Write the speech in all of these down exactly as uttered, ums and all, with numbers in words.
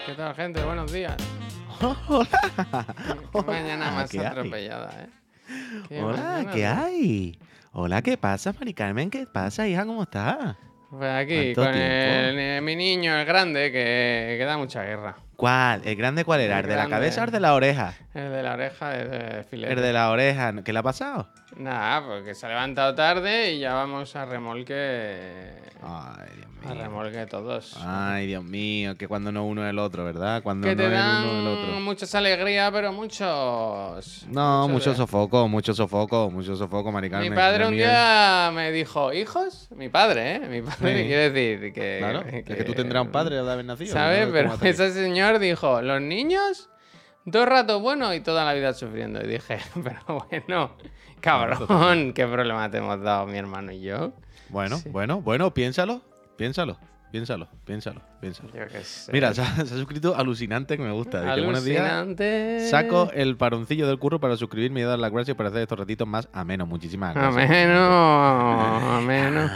¿Qué tal, gente? Buenos días. Hola. Qué mañana más ¿qué hay? atropellada, ¿eh? Qué Hola, mañana ¿qué de- hay? Hola, ¿qué pasa, Mari Carmen? ¿Qué pasa, hija? ¿Cómo estás? Pues aquí, ¿Cuánto con tiempo? el, eh, mi niño, el grande, que, que da mucha guerra. ¿Cuál? ¿El grande cuál era? El ¿El de la grande. cabeza o el de la oreja? El de la oreja de, de filete. El de la oreja. ¿Qué le ha pasado? Nada, porque se ha levantado tarde y ya vamos a remolque. Ay, Dios A mío. remolque todos. Ay, Dios mío, que cuando no uno es el otro, ¿verdad? Cuando que no te es el dan uno el otro. muchas alegrías, pero muchos. No, muchos mucho de- sofoco, mucho sofoco, mucho sofoco, Mari Carmen. Mi padre Dios un mío. día me dijo, ¿hijos? Mi padre, ¿eh? Mi padre Sí. quiere decir que... Claro, es que tú tendrás un padre al haber nacido. ¿Sabes? ¿no? Pero ¿Cómo hace ese señor dijo, los niños, dos ratos buenos y toda la vida sufriendo. Y dije, pero bueno, cabrón, ¿qué problema te hemos dado mi hermano y yo? Bueno, Sí. bueno, bueno, piénsalo, piénsalo, piénsalo, piénsalo, piénsalo. Yo qué sé. Mira, se ha, se ha suscrito Alucinante, que me gusta. Dice, buenos días. Alucinante. Saco el paroncillo del curro para suscribirme y dar las gracias por hacer estos ratitos más amenos. Muchísimas gracias. Ameno, ameno.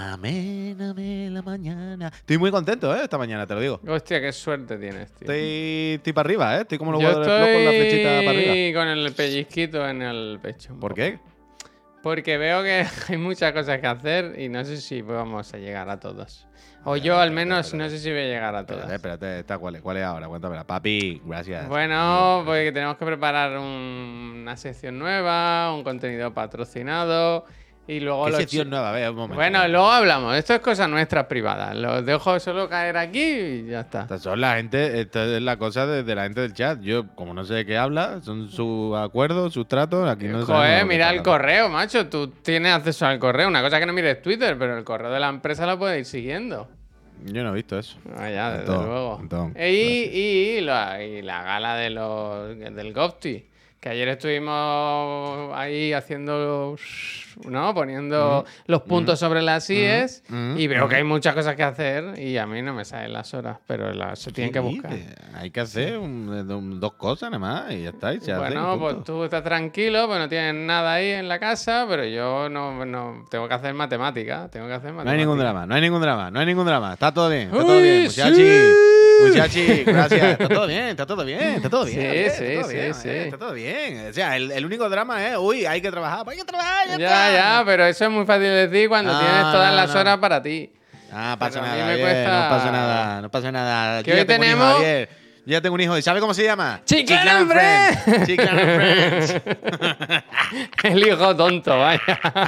Améname la mañana. Estoy muy contento, ¿eh? Esta mañana, te lo digo. Hostia, qué suerte tienes, tío. Estoy, estoy para arriba, ¿eh? Estoy como los Yo huevos del Flo con la flechita para arriba. estoy con el pellizquito en el pecho. un ¿Por poco. qué? Porque veo que hay muchas cosas que hacer y no sé si vamos a llegar a todas. O yo al menos no sé si voy a llegar a Espérate, todas. espérate. Esta, ¿cuál, es? ¿Cuál es ahora? Cuéntamela. Papi, gracias. Bueno, porque tenemos que preparar un- una sección nueva, un contenido patrocinado y luego ¿Qué los sección chi- nueva? A ver, un momento. Bueno, luego hablamos. Esto es cosa nuestra privada. Los dejo solo caer aquí y ya está. Estas son la gente, esta es la cosa de, de la gente del chat. Yo, como no sé de qué habla, son sus acuerdos, sus tratos. Aquí no sabemos Joder, lo que mira está el hablando. correo, macho. Tú tienes acceso al correo. Una cosa que no mires Twitter, pero el correo de la empresa lo puedes ir siguiendo. Yo no he visto eso. Ah, ya, desde Antón, luego. Antón, y, y la, y la gala de los, del Gofti. Que ayer estuvimos ahí haciendo, ¿no? Poniendo los puntos sobre las IES. mm, y veo mm. que hay muchas cosas que hacer. Y a mí no me salen las horas, pero las se tienen que Sí, buscar. eh, Hay que hacer un- un- dos cosas nada más y ya está. Y se hace, Bueno, y pues punto. tú estás tranquilo, pues no tienes nada ahí en la casa, pero yo no, no tengo que hacer matemática, tengo que hacer No matemática. hay ningún drama, no hay ningún drama, no hay ningún drama. Está todo bien, está Uy, todo bien, muchachi. sí. Muchachi, gracias. Está todo bien, está todo bien, está todo bien. Sí, oye, sí, está todo sí, bien, sí. oye, Está todo bien. O sea, el, el único drama es, uy, hay que trabajar, pues hay que trabajar, ya, Ya, está. ya, pero eso es muy fácil de decir cuando No, tienes todas no, las no. horas para ti. Ah, pasa Pero a mí nada, me bien, cuesta- no pasa nada, no pasa nada. Que Yo ya hoy tengo un hijo, tenemos- Javier. Yo ya tengo un hijo, ¿y sabe cómo se llama? ¡Chiclana and Friends. Chiclana and Friends. El hijo tonto, vaya.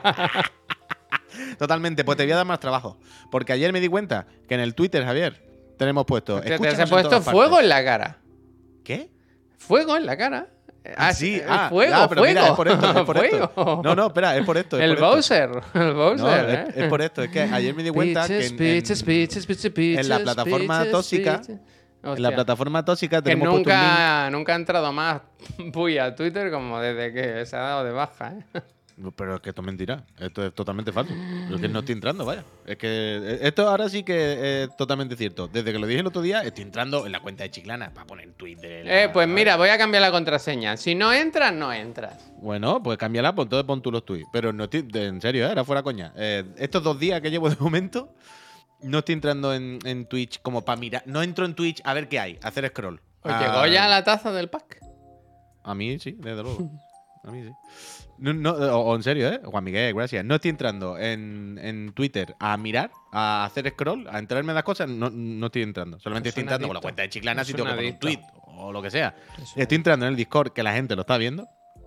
Totalmente, pues te voy a dar más trabajo. Porque ayer me di cuenta que en el Twitter, Javier, tenemos puesto. Te, te escúchanos has en puesto todas fuego partes. en la cara. ¿Qué? Fuego en la cara. Ah, sí, eh, ah, fuego, ah, pero fuego. mira, es por esto, es por esto. Fuego. No, no, espera, es por esto. Es El por esto. Bowser, el Bowser, No, ¿eh? es, es por esto, es que ayer me di cuenta que en, en- Piches, piches, piches, piches, en la plataforma piches, tóxica, piches. en la Hostia. plataforma tóxica Que tenemos puesto un link. nunca, nunca ha entrado más puya a Twitter como desde que se ha dado de baja, ¿eh? Pero es que esto es mentira. Esto es totalmente falso. Yo es que no estoy entrando, vaya. Es que eh, esto ahora sí que es totalmente cierto. Desde que lo dije el otro día, estoy entrando en la cuenta de Chiclana para poner Twitter. Eh, pues mira, voy a cambiar la contraseña. Si no entras, no entras. Bueno, pues cámbiala, pues entonces pon tú los tweets. Pero no estoy, de- en serio, ¿eh? Era fuera coña. Eh, estos dos días que llevo de momento, no estoy entrando en, en Twitch como para mirar. No entro en Twitch a ver qué hay, a hacer scroll. ¿Os Ah, llegó ya la taza del pack? A mí sí, desde luego. A mí sí. No, no, o, o en serio, ¿eh? Juan Miguel, gracias. No estoy entrando en, en Twitter a mirar, a hacer scroll, a enterarme de las cosas. No, no estoy entrando. Solamente Es estoy un entrando con la adicto. cuenta de Chiclana Es si tengo un que poner un adicto. tweet o lo que sea. Es un Estoy entrando en el Discord, que la gente lo está viendo.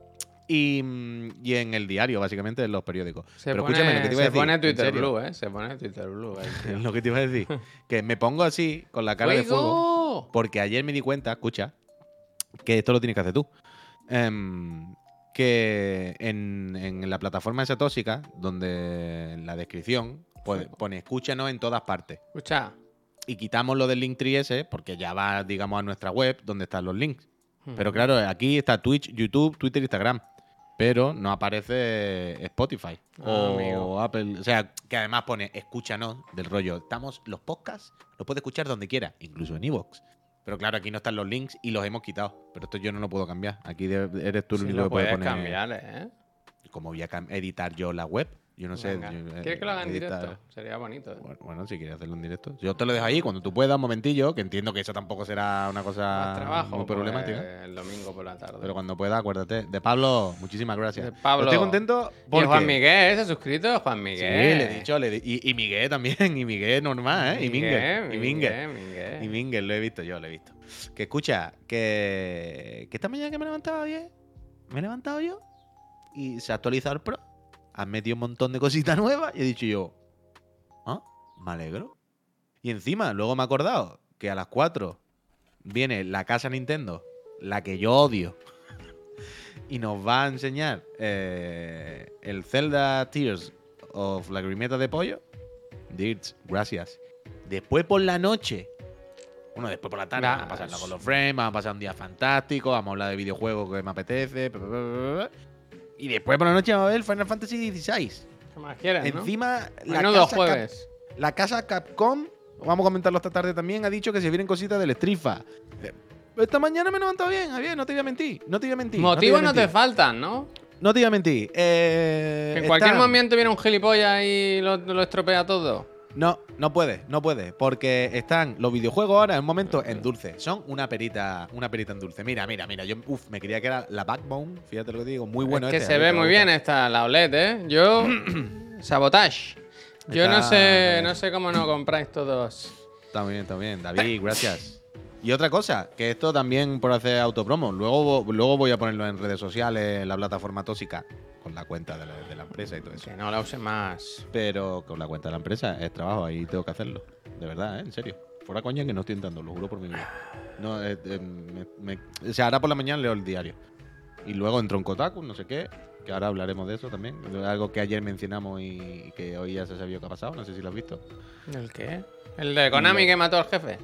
Y, mm, y en el diario, básicamente, en los periódicos. Se Pero pone, escúchame, lo que te iba a se decir. pone en Twitter serio, Blue, ¿eh? Se pone Twitter Blue. ahí, tío. Lo que te iba a decir. Que me pongo así, con la cara de fuego. ¡Fuego! Porque ayer me di cuenta, escucha, que esto lo tienes que hacer tú. Em, que en, en la plataforma esa tóxica, donde en la descripción pues, pone escúchanos en todas partes. Escucha. Y quitamos lo del Linktree ese, porque ya va, digamos, a nuestra web donde están los links. Pero claro, aquí está Twitch, YouTube, Twitter, Instagram. Pero no aparece Spotify Ah, o amigo. Apple. O sea, que además pone escúchanos del rollo. Estamos, los podcasts los puedes escuchar donde quieras, incluso en iVoox. Pero claro, aquí no están los links y los hemos quitado. Pero esto yo no lo puedo cambiar. Aquí de- eres tú el Sí único lo que puede puedes poner. cambiar, ¿eh? ¿Cómo voy a cam- editar yo la web? Yo no sé. Venga. yo, eh, ¿Quieres que lo haga en editar- directo? Sería bonito. ¿eh? Bueno, bueno, si quieres hacerlo en directo. Yo te lo dejo ahí cuando tú puedas, un momentillo, que entiendo que eso tampoco será una Más cosa trabajo, muy problemática. pues, el domingo por la tarde. Pero cuando pueda, acuérdate. De Pablo, muchísimas gracias. De Pablo. Estoy contento ¿Y porque... Juan Miguel se ha suscrito? Juan Sí, Miguel. le he dicho. Le di- y, y Miguel también. Y Miguel normal, ¿eh? Y Miguel. Y Miguel. Miguel. Y Miguel, lo he visto yo, lo he visto. Que escucha, que, que esta mañana que me he levantado bien, me he levantado yo y se ha actualizado el Pro. Han metido un montón de cositas nuevas y he dicho yo, ah, me alegro. Y encima, luego me he acordado que a las cuatro viene la casa Nintendo, la que yo odio, y nos va a enseñar eh, el Zelda Tears of Lagrimeta de Pollo. Dirts, gracias. Después por la noche, bueno, después por la tarde, vamos a pasarla con los frames, vamos a pasar un día fantástico, vamos a hablar de videojuegos que me apetece. Bla, bla, bla, bla. Y después por la noche vamos a ver Final Fantasy dieciséis. ¿Qué más quieres, no? Encima, la Menudo casa, jueves. Cap- la casa Capcom, vamos a comentarlo esta tarde también, ha dicho que se vienen cositas del Strifa. Esta mañana me he levantado bien, Javier, no te voy a mentir. No te voy a mentir. Motivos no no te, te faltan, ¿no? no te voy a mentir. Eh, Que en cualquier están- momento viene un gilipollas y lo, lo estropea todo. No, no puede, no puede. Porque están los videojuegos ahora en un momento en dulce. Son una perita, una perita en dulce. Mira, mira, mira. Yo, uf, me creía que era la Backbone. Fíjate lo que te digo. Muy bueno es que este, se Javier, ve te va a muy bien gustar. esta, la O L E D, ¿eh? Yo... Sabotage. Yo no Está- sé, no sé cómo no compráis todos. Está muy bien, está muy bien. David, gracias. Y otra cosa, que esto también por hacer autopromo. Luego, luego voy a ponerlo en redes sociales, en la plataforma tóxica, con la cuenta de la, de la empresa y todo eso. Que no la use más. Pero con la cuenta de la empresa es trabajo, ahí tengo que hacerlo. De verdad, ¿eh? En serio. Fuera coña que no estoy entrando, lo juro por mi vida. No, eh, eh, me- me- o sea, ahora por la mañana leo el diario. Y luego entro en Kotaku, no sé qué, que ahora hablaremos de eso también. Algo que ayer mencionamos y que hoy ya se sabía que ha pasado, no sé si lo has visto. ¿El qué? ¿El de Konami No. que mató al jefe?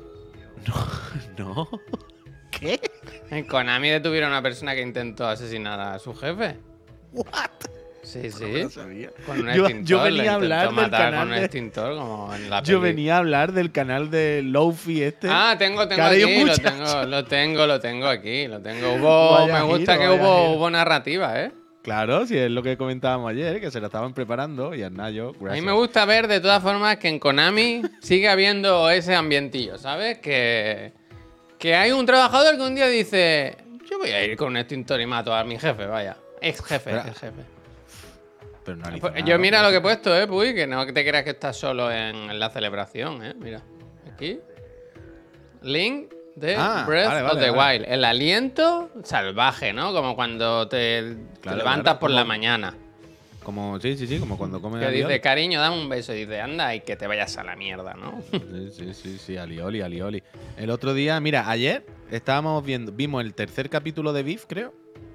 No. ¿Qué? En Konami detuvieron a una persona que intentó asesinar a su jefe. ¿What? Sí, No sí. lo sabía. Con un Yo- extintor. yo le venía a intentó hablar del matar canal con un de- extintor, como en la Yo peli. venía a hablar del canal de Lofi este. Ah, tengo, tengo Cara y un aquí, lo muchacho. tengo, lo tengo, lo tengo aquí, lo tengo. Hubo, Vaya me gusta giro, que vaya hubo, giro. hubo narrativa, ¿eh? Claro, si es lo que comentábamos ayer, que se la estaban preparando y Arnayo, A mí gracias. me gusta ver de todas formas que en Konami sigue habiendo ese ambientillo, ¿sabes? Que, que hay un trabajador que un día dice, yo voy a ir con un extintor y mato a mi jefe, vaya. Ex jefe, Pero- ex jefe. Pero no le hizo Pues nada, yo ¿no? mira lo que he puesto, ¿eh, Puy? Que no te creas que estás solo en, en la celebración, ¿eh? Mira, aquí. Link de Ah, Breath vale, of vale, the vale. Wild. El aliento salvaje, ¿no? Como cuando te, te Claro, levantas claro, por la como- mañana. Como, sí, sí, sí, como cuando come Que alioli. dice, cariño, dame un beso. Y dice, anda y que te vayas a la mierda, ¿no? Sí, sí, sí, sí, alioli, alioli. El otro día, mira, ayer estábamos viendo, vimos el tercer capítulo de Beef, creo.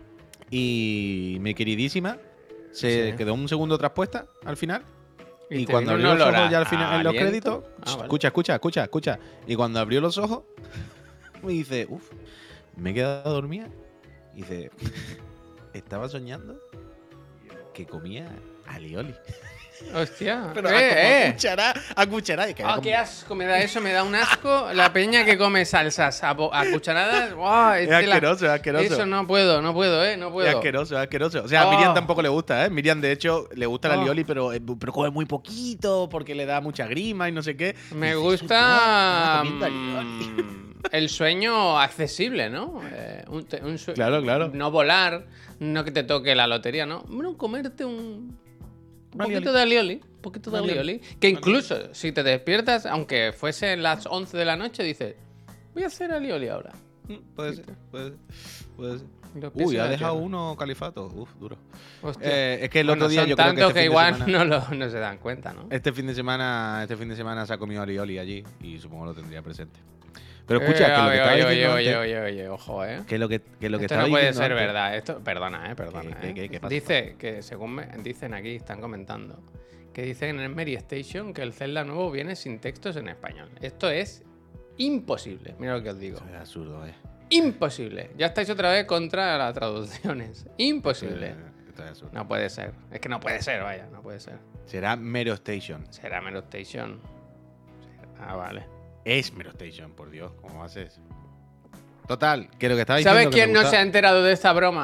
Y mi queridísima se Sí. quedó un segundo traspuesta al final. Y, te cuando vino abrió un los olor ojos a- ya al final a en los aliento. créditos. Ah, Shh, vale. Escucha, escucha, escucha, escucha. Y cuando abrió los ojos, me dice, uff, me he quedado dormida. Y dice, estaba soñando que comía alioli. Hostia. Pero eh, a, como a eh. cucharada, a cucharada. Y que era Ah, como- qué asco, me da eso, me da un asco. La peña que come salsas a, bo- a cucharadas. ¡Guau! es de la- asqueroso, es asqueroso. Eso no puedo, no puedo, ¿eh? No Es puedo. asqueroso, es asqueroso. O sea, a Oh. Miriam tampoco le gusta, ¿eh? Miriam, de hecho, le gusta la Oh. alioli, pero, eh, pero come muy poquito porque le da mucha grima y no sé qué. Me Dice, gusta "Señor, estaba comiendo alioli". mm, el sueño accesible, ¿no? Eh, un, te- un sue- Claro, claro. No volar, no que te toque la lotería, ¿no? Bueno, comerte un, un Un poquito alioli. de alioli. Un poquito de Un alioli. alioli. Que incluso si te despiertas, aunque fuesen las once de la noche, dices, voy a hacer alioli ahora. Mm, Puede ser, puede ser. Puede ser. Y lo Uy, piensas ha en la dejado tierra. uno califato. Uf, duro. Hostia. Eh, es que el Bueno, otro día son yo creo que tantos este que fin de igual semana- no, lo- no se dan cuenta, ¿no? Este fin de semana, este fin de semana se ha comido alioli allí y supongo lo tendría presente. Pero escucha, Eh, que lo que oye, estaba oye, diciendo oye, antes- oye, oye, ojo, eh. que lo que, que lo que Esto estaba no puede diciendo ser antes- verdad. Esto, perdona, eh, perdona. ¿Qué- eh. qué- qué pasa? Dice que, según me dicen aquí, están comentando, que dicen en el Mary Station que el Zelda nuevo viene sin textos en español. Esto es imposible. Mira lo que os digo. Eso es absurdo, eh. Imposible. Ya estáis otra vez contra las traducciones. Imposible. Esto es absurdo. No puede ser. Es que no puede ser, vaya, no puede ser. Será Mero Station. Será Mero Station. Ah, vale. Es Mero Station, por Dios, ¿cómo haces? Total, que lo que estaba diciendo. ¿Sabes que quién me no gusta- se ha enterado de esta broma?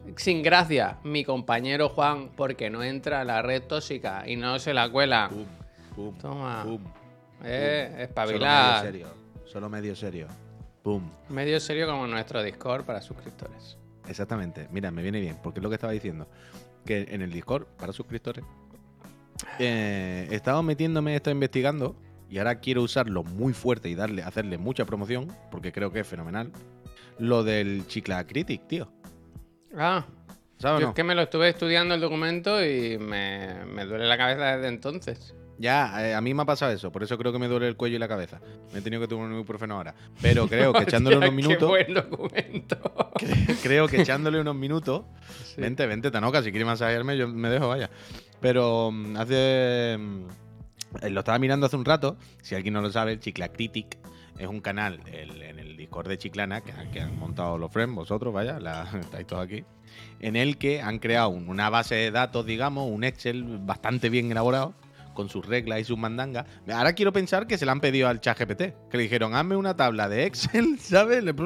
sin gracia mi compañero Juan porque no entra a la red tóxica y no se la cuela. Pum, pum, Toma. pum, Eh, pum. espabilar. Solo medio serio. Solo medio serio. Pum. Medio serio como nuestro Discord para suscriptores. Exactamente. Mira, me viene bien, porque es lo que estaba diciendo. Que en el Discord, para suscriptores, eh, he estado metiéndome, he estado investigando, y ahora quiero usarlo muy fuerte y darle, hacerle mucha promoción, porque creo que es fenomenal. Lo del Chiclacritic, tío. Ah, ¿Sabes o yo no? es que me lo estuve estudiando el documento y me, me duele la cabeza desde entonces. Ya, eh, a mí me ha pasado eso, por eso creo que me duele el cuello y la cabeza. Me he tenido que tomar un ibuprofeno ahora. Pero creo que echándole Hostia, unos minutos. Qué buen documento. Creo que echándole unos minutos. Sí. Vente, vente, Tanoca, si quieres masajearme, yo me dejo, vaya. Pero mm, hace. mm, Lo estaba mirando hace un rato. Si alguien no lo sabe, el Chiclacritic es un canal el- en el Discord de Chiclana que, que han montado los friends, vosotros, vaya, la- estáis todos aquí. En el que han creado un- una base de datos, digamos, un Excel bastante bien elaborado, con sus reglas y sus mandangas. Ahora quiero pensar que se la han pedido al ChatGPT, que le dijeron, hazme una tabla de Excel, ¿sabes? Le-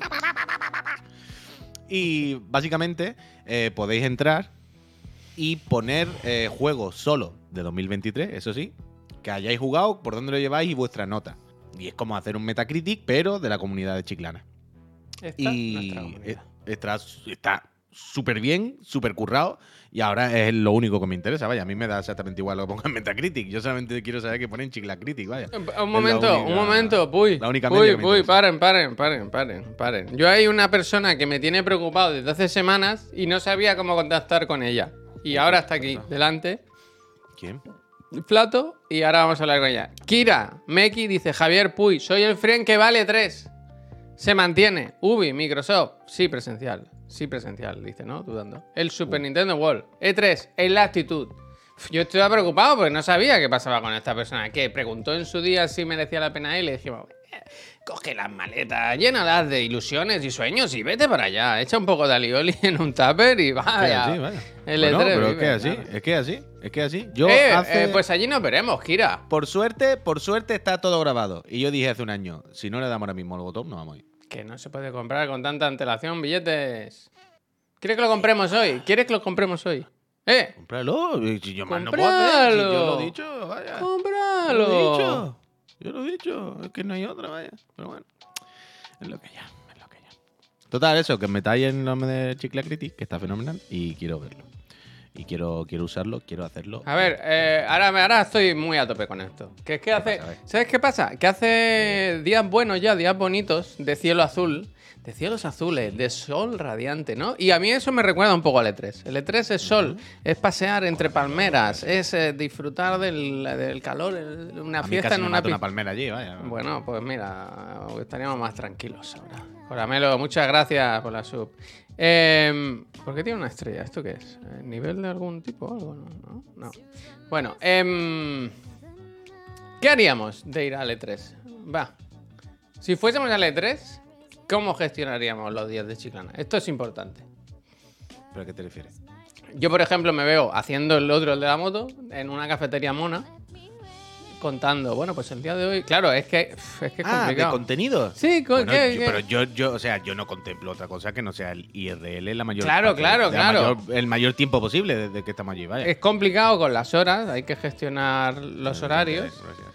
Y básicamente eh, podéis entrar y poner eh, juegos solo de dos mil veintitrés, eso sí, que hayáis jugado, por dónde lo lleváis y vuestra nota. Y es como hacer un Metacritic, pero de la comunidad de Chiclana. Esta es nuestra Y comunidad. e- está está súper bien, súper currado. Y ahora es lo único que me interesa. Vaya, a mí me da exactamente igual lo que pongan Metacritic. Yo solamente quiero saber que ponen Chiclacritic, vaya. Un momento, única- un momento, puy. la única media Puy, que me puy, interesa. paren, paren, paren, paren, paren. Yo hay una persona que me tiene preocupado desde hace semanas y no sabía cómo contactar con ella. Y ahora está aquí, delante, ¿Quién? Flato, y ahora vamos a hablar con ella. Kira, Meki dice, Javier Puy, soy el friend que vale tres. Se mantiene. Ubi, Microsoft, sí presencial. Sí presencial, dice, ¿no? Dudando. El Super Nintendo World. E tres, en la actitud. Yo estaba preocupado porque no sabía qué pasaba con esta persona. Que preguntó en su día si merecía la pena y le dijimos, "Eh, coge las maletas, llénalas de ilusiones y sueños y vete para allá. Echa un poco de alioli en un tupper y vaya. Sí, vaya. El Bueno, E tres pero es vive, que es así, claro. es que es así, es que es así. Yo Eh, hace... eh, pues allí nos veremos, Kira. Por suerte, por suerte está todo grabado. Y yo dije hace un año, si no le damos ahora mismo el botón, no vamos a ir. Que no se puede comprar con tanta antelación billetes. ¿Quieres que lo compremos hoy? ¿Quieres que lo compremos hoy? ¡Eh! Cómpralo. Si yo más no puedo hacer. Si yo ¡Cómpralo! lo he dicho, vaya. Yo ¡Cómpralo! lo he dicho. Yo lo he dicho. Es que no hay otra, vaya. Pero bueno. Es lo que ya. Es lo que ya. Total, eso, que metáis el nombre de Chiclacritic, que está fenomenal. Y quiero verlo. Y quiero, quiero usarlo, quiero hacerlo. A ver, eh, ahora, me- ahora estoy muy a tope con esto. Que es que hace. pasa? A ver. ¿Sabes qué pasa? Que hace días buenos ya, días bonitos, de cielo azul. De cielos azules, de sol radiante, ¿no? Y a mí eso me recuerda un poco al E tres. El E tres es sol, es pasear entre palmeras, es eh, disfrutar del, del calor, el- una A mí fiesta casi en me una mata una piscina. palmera allí, vaya. Bueno, pues mira, estaríamos más tranquilos ahora. Coramelo, muchas gracias por la sub. Eh, ¿Por qué tiene una estrella? ¿Esto qué es? ¿Eh, ¿Nivel de algún tipo o algo? No, no. no. Bueno, em, ¿qué haríamos de ir al E tres? Va. Si fuésemos al E tres, ¿cómo gestionaríamos los días de Chiclana? Esto es importante. ¿Pero a qué te refieres? Yo, por ejemplo, me veo haciendo el otro, el de la moto, en una cafetería mona, contando, bueno, pues el día de hoy. Claro, es que uf, es, que es Ah, ¿de complicado. contenido? Sí, co- Bueno, ¿qué- yo- qué? pero yo, yo, o sea, yo no contemplo otra cosa que no sea el I R L la mayor Claro, parte- claro, la claro. mayor- el mayor tiempo posible desde que estamos allí, vaya. Es complicado con las horas, hay que gestionar los horarios, Gracias.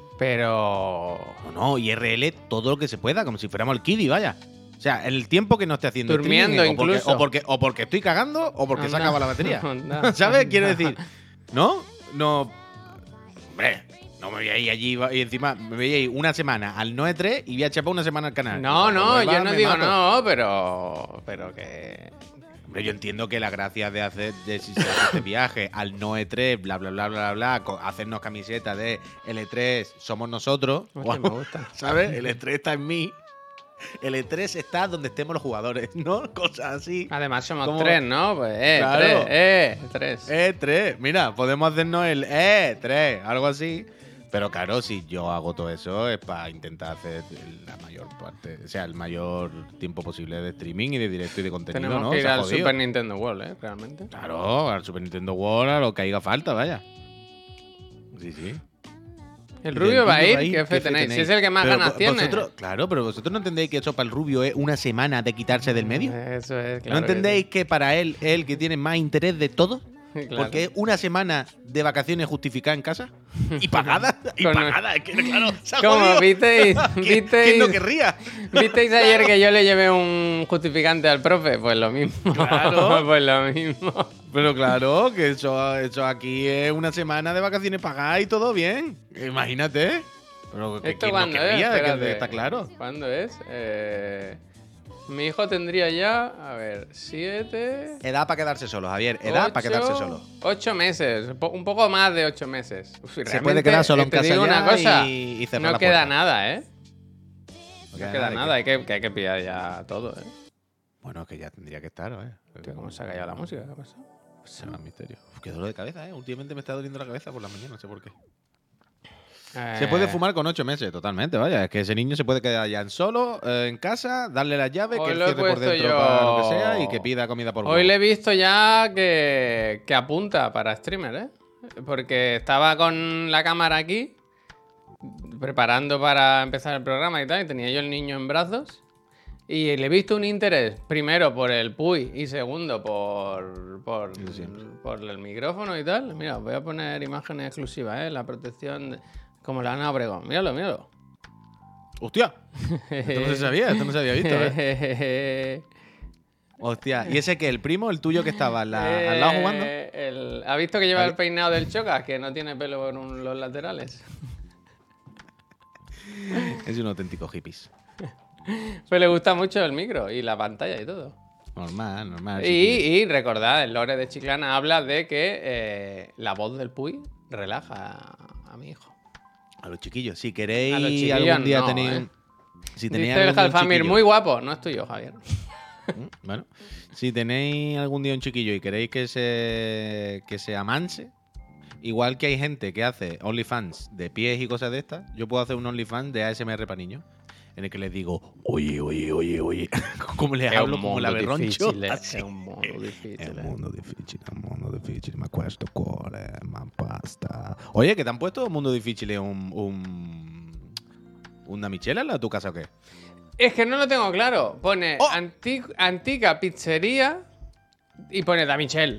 pero No, no, I R L todo lo que se pueda, como si fuéramos el Kiddy, vaya. O sea, el tiempo que no esté haciendo Durmiendo streaming, o porque- incluso. O porque, o porque estoy cagando o porque se Anda, acaba la batería. anda, ¿Sabes? anda. Quiero decir, ¿no? No. Hombre, no me voy a ir allí y encima me voy a ir una semana al no E tres y voy a chapar una semana al canal. no, Y cuando no, vuelva, yo no me digo mato. no, pero pero que Hombre, yo entiendo que la gracia de hacer de si se hace este viaje al no E tres, bla, bla, bla, bla, bla, co- hacernos camisetas de el E tres somos nosotros. Hostia, me gusta. ¿Sabes? El E tres está en mí. El E tres está donde estemos los jugadores, ¿no? Cosas así. Además somos ¿Cómo? tres, ¿no? Pues eh, Claro. tres, eh, tres. E tres. Mira, podemos hacernos el E tres, algo así. Pero claro, si yo hago todo eso es para intentar hacer la mayor parte, o sea, el mayor tiempo posible de streaming y de directo y de contenido, Tenemos ¿no? que ir Se ha al jodido. Super Nintendo World, ¿eh? Realmente. Claro, al Super Nintendo World, a lo que haga falta, vaya. Sí, sí. El Del rubio va a ir, rubio ¿qué fe tenéis? Si es el que más Pero ganas vo- tiene. vosotros- claro, pero vosotros no entendéis que eso para el rubio es una semana de quitarse del medio. Eso es, claro. ¿No entendéis que para él es el que tiene más interés de todos? Claro. Porque es una semana de vacaciones justificadas en casa y pagada. Y Con- pagada. Es que, claro, se ha ¿Cómo? jodido. ¿Visteis? ¿Quién, ¿Visteis? quién no querría? ¿Visteis ayer que yo le llevé un justificante al profe? Pues lo mismo. Claro. Pues lo mismo. Pero claro, que eso, eso aquí es una semana de vacaciones pagadas y todo bien. Imagínate. Pero que ¿Esto quién no cuándo es? querría, que Espérate. está claro. ¿Cuándo es? Eh, mi hijo tendría ya, a ver, siete... Edad para quedarse solo, Javier. Edad para quedarse solo. Ocho meses, po- un poco más de ocho meses. Uf, Se realmente, puede quedar solo en te casa digo ya una cosa, y, y cerrar no la queda puerta. nada, ¿eh? No No queda de nada, hay que, que hay que pillar ya todo, ¿eh? que- Bueno, que ya tendría que estar, ¿eh? Tío, ¿cómo se ha callado la música? ¿Qué ha pasado? Se más misterio. Uf, qué dolor de cabeza, ¿eh? Últimamente me está doliendo la cabeza por la mañana, no sé por qué. Se Eh, puede fumar con ocho meses, totalmente, vaya. Es que ese niño se puede quedar ya en solo, eh, en casa, darle las llaves, Hoy que él lo he cierre por puesto dentro yo. para lo que sea y que pida comida por Hoy huevo. le he visto ya que, que apunta para streamer, ¿eh? Porque estaba con la cámara aquí, preparando para empezar el programa y tal, y tenía yo el niño en brazos. Y le he visto un interés, primero por el P U I y segundo por, por, Eso siempre. por el micrófono y tal. Mira, os voy a poner imágenes exclusivas, ¿eh? La protección, de- como la Ana Obregón. Míralo, míralo. ¡Hostia! Esto no se sabía, esto no se había visto, ¿eh? Hostia, ¿y ese que el primo, el tuyo que estaba al, la- al lado jugando? Eh, el- ¿Ha visto que lleva Vale. el peinado del Chocas? Que no tiene pelo en un- los laterales. Es un auténtico hippies. Pues le gusta mucho el micro y la pantalla y todo. Normal, normal. Y, y recordad, el lore de Chiclana habla de que eh, la voz del Puy relaja a, a mi hijo. A los chiquillos, si A los queréis chiquillos algún día no, tenéis... ¿eh? Si tenéis Dice el algún día un Jalfamir, chiquillo- muy guapo. No es tuyo, Javier. Mm, Bueno, si tenéis algún día un chiquillo y queréis que se, que se amanse, igual que hay gente que hace OnlyFans de pies y cosas de estas, yo puedo hacer un OnlyFans de A S M R para niños, en el que les digo, oye, oye, oye, oye, como les Es hablo un como la mundo berroncho. difícil, eh, así. es un mundo difícil. È un eh. mondo difficile, è un mondo difficile, ma questo cuore, ma basta. Oye, ¿que te han puesto un mundo difícil un, un, una michela en la tu casa o qué? Es que no lo tengo claro. Pone ¡Oh! anti- antica pizzería y pone Da Michel.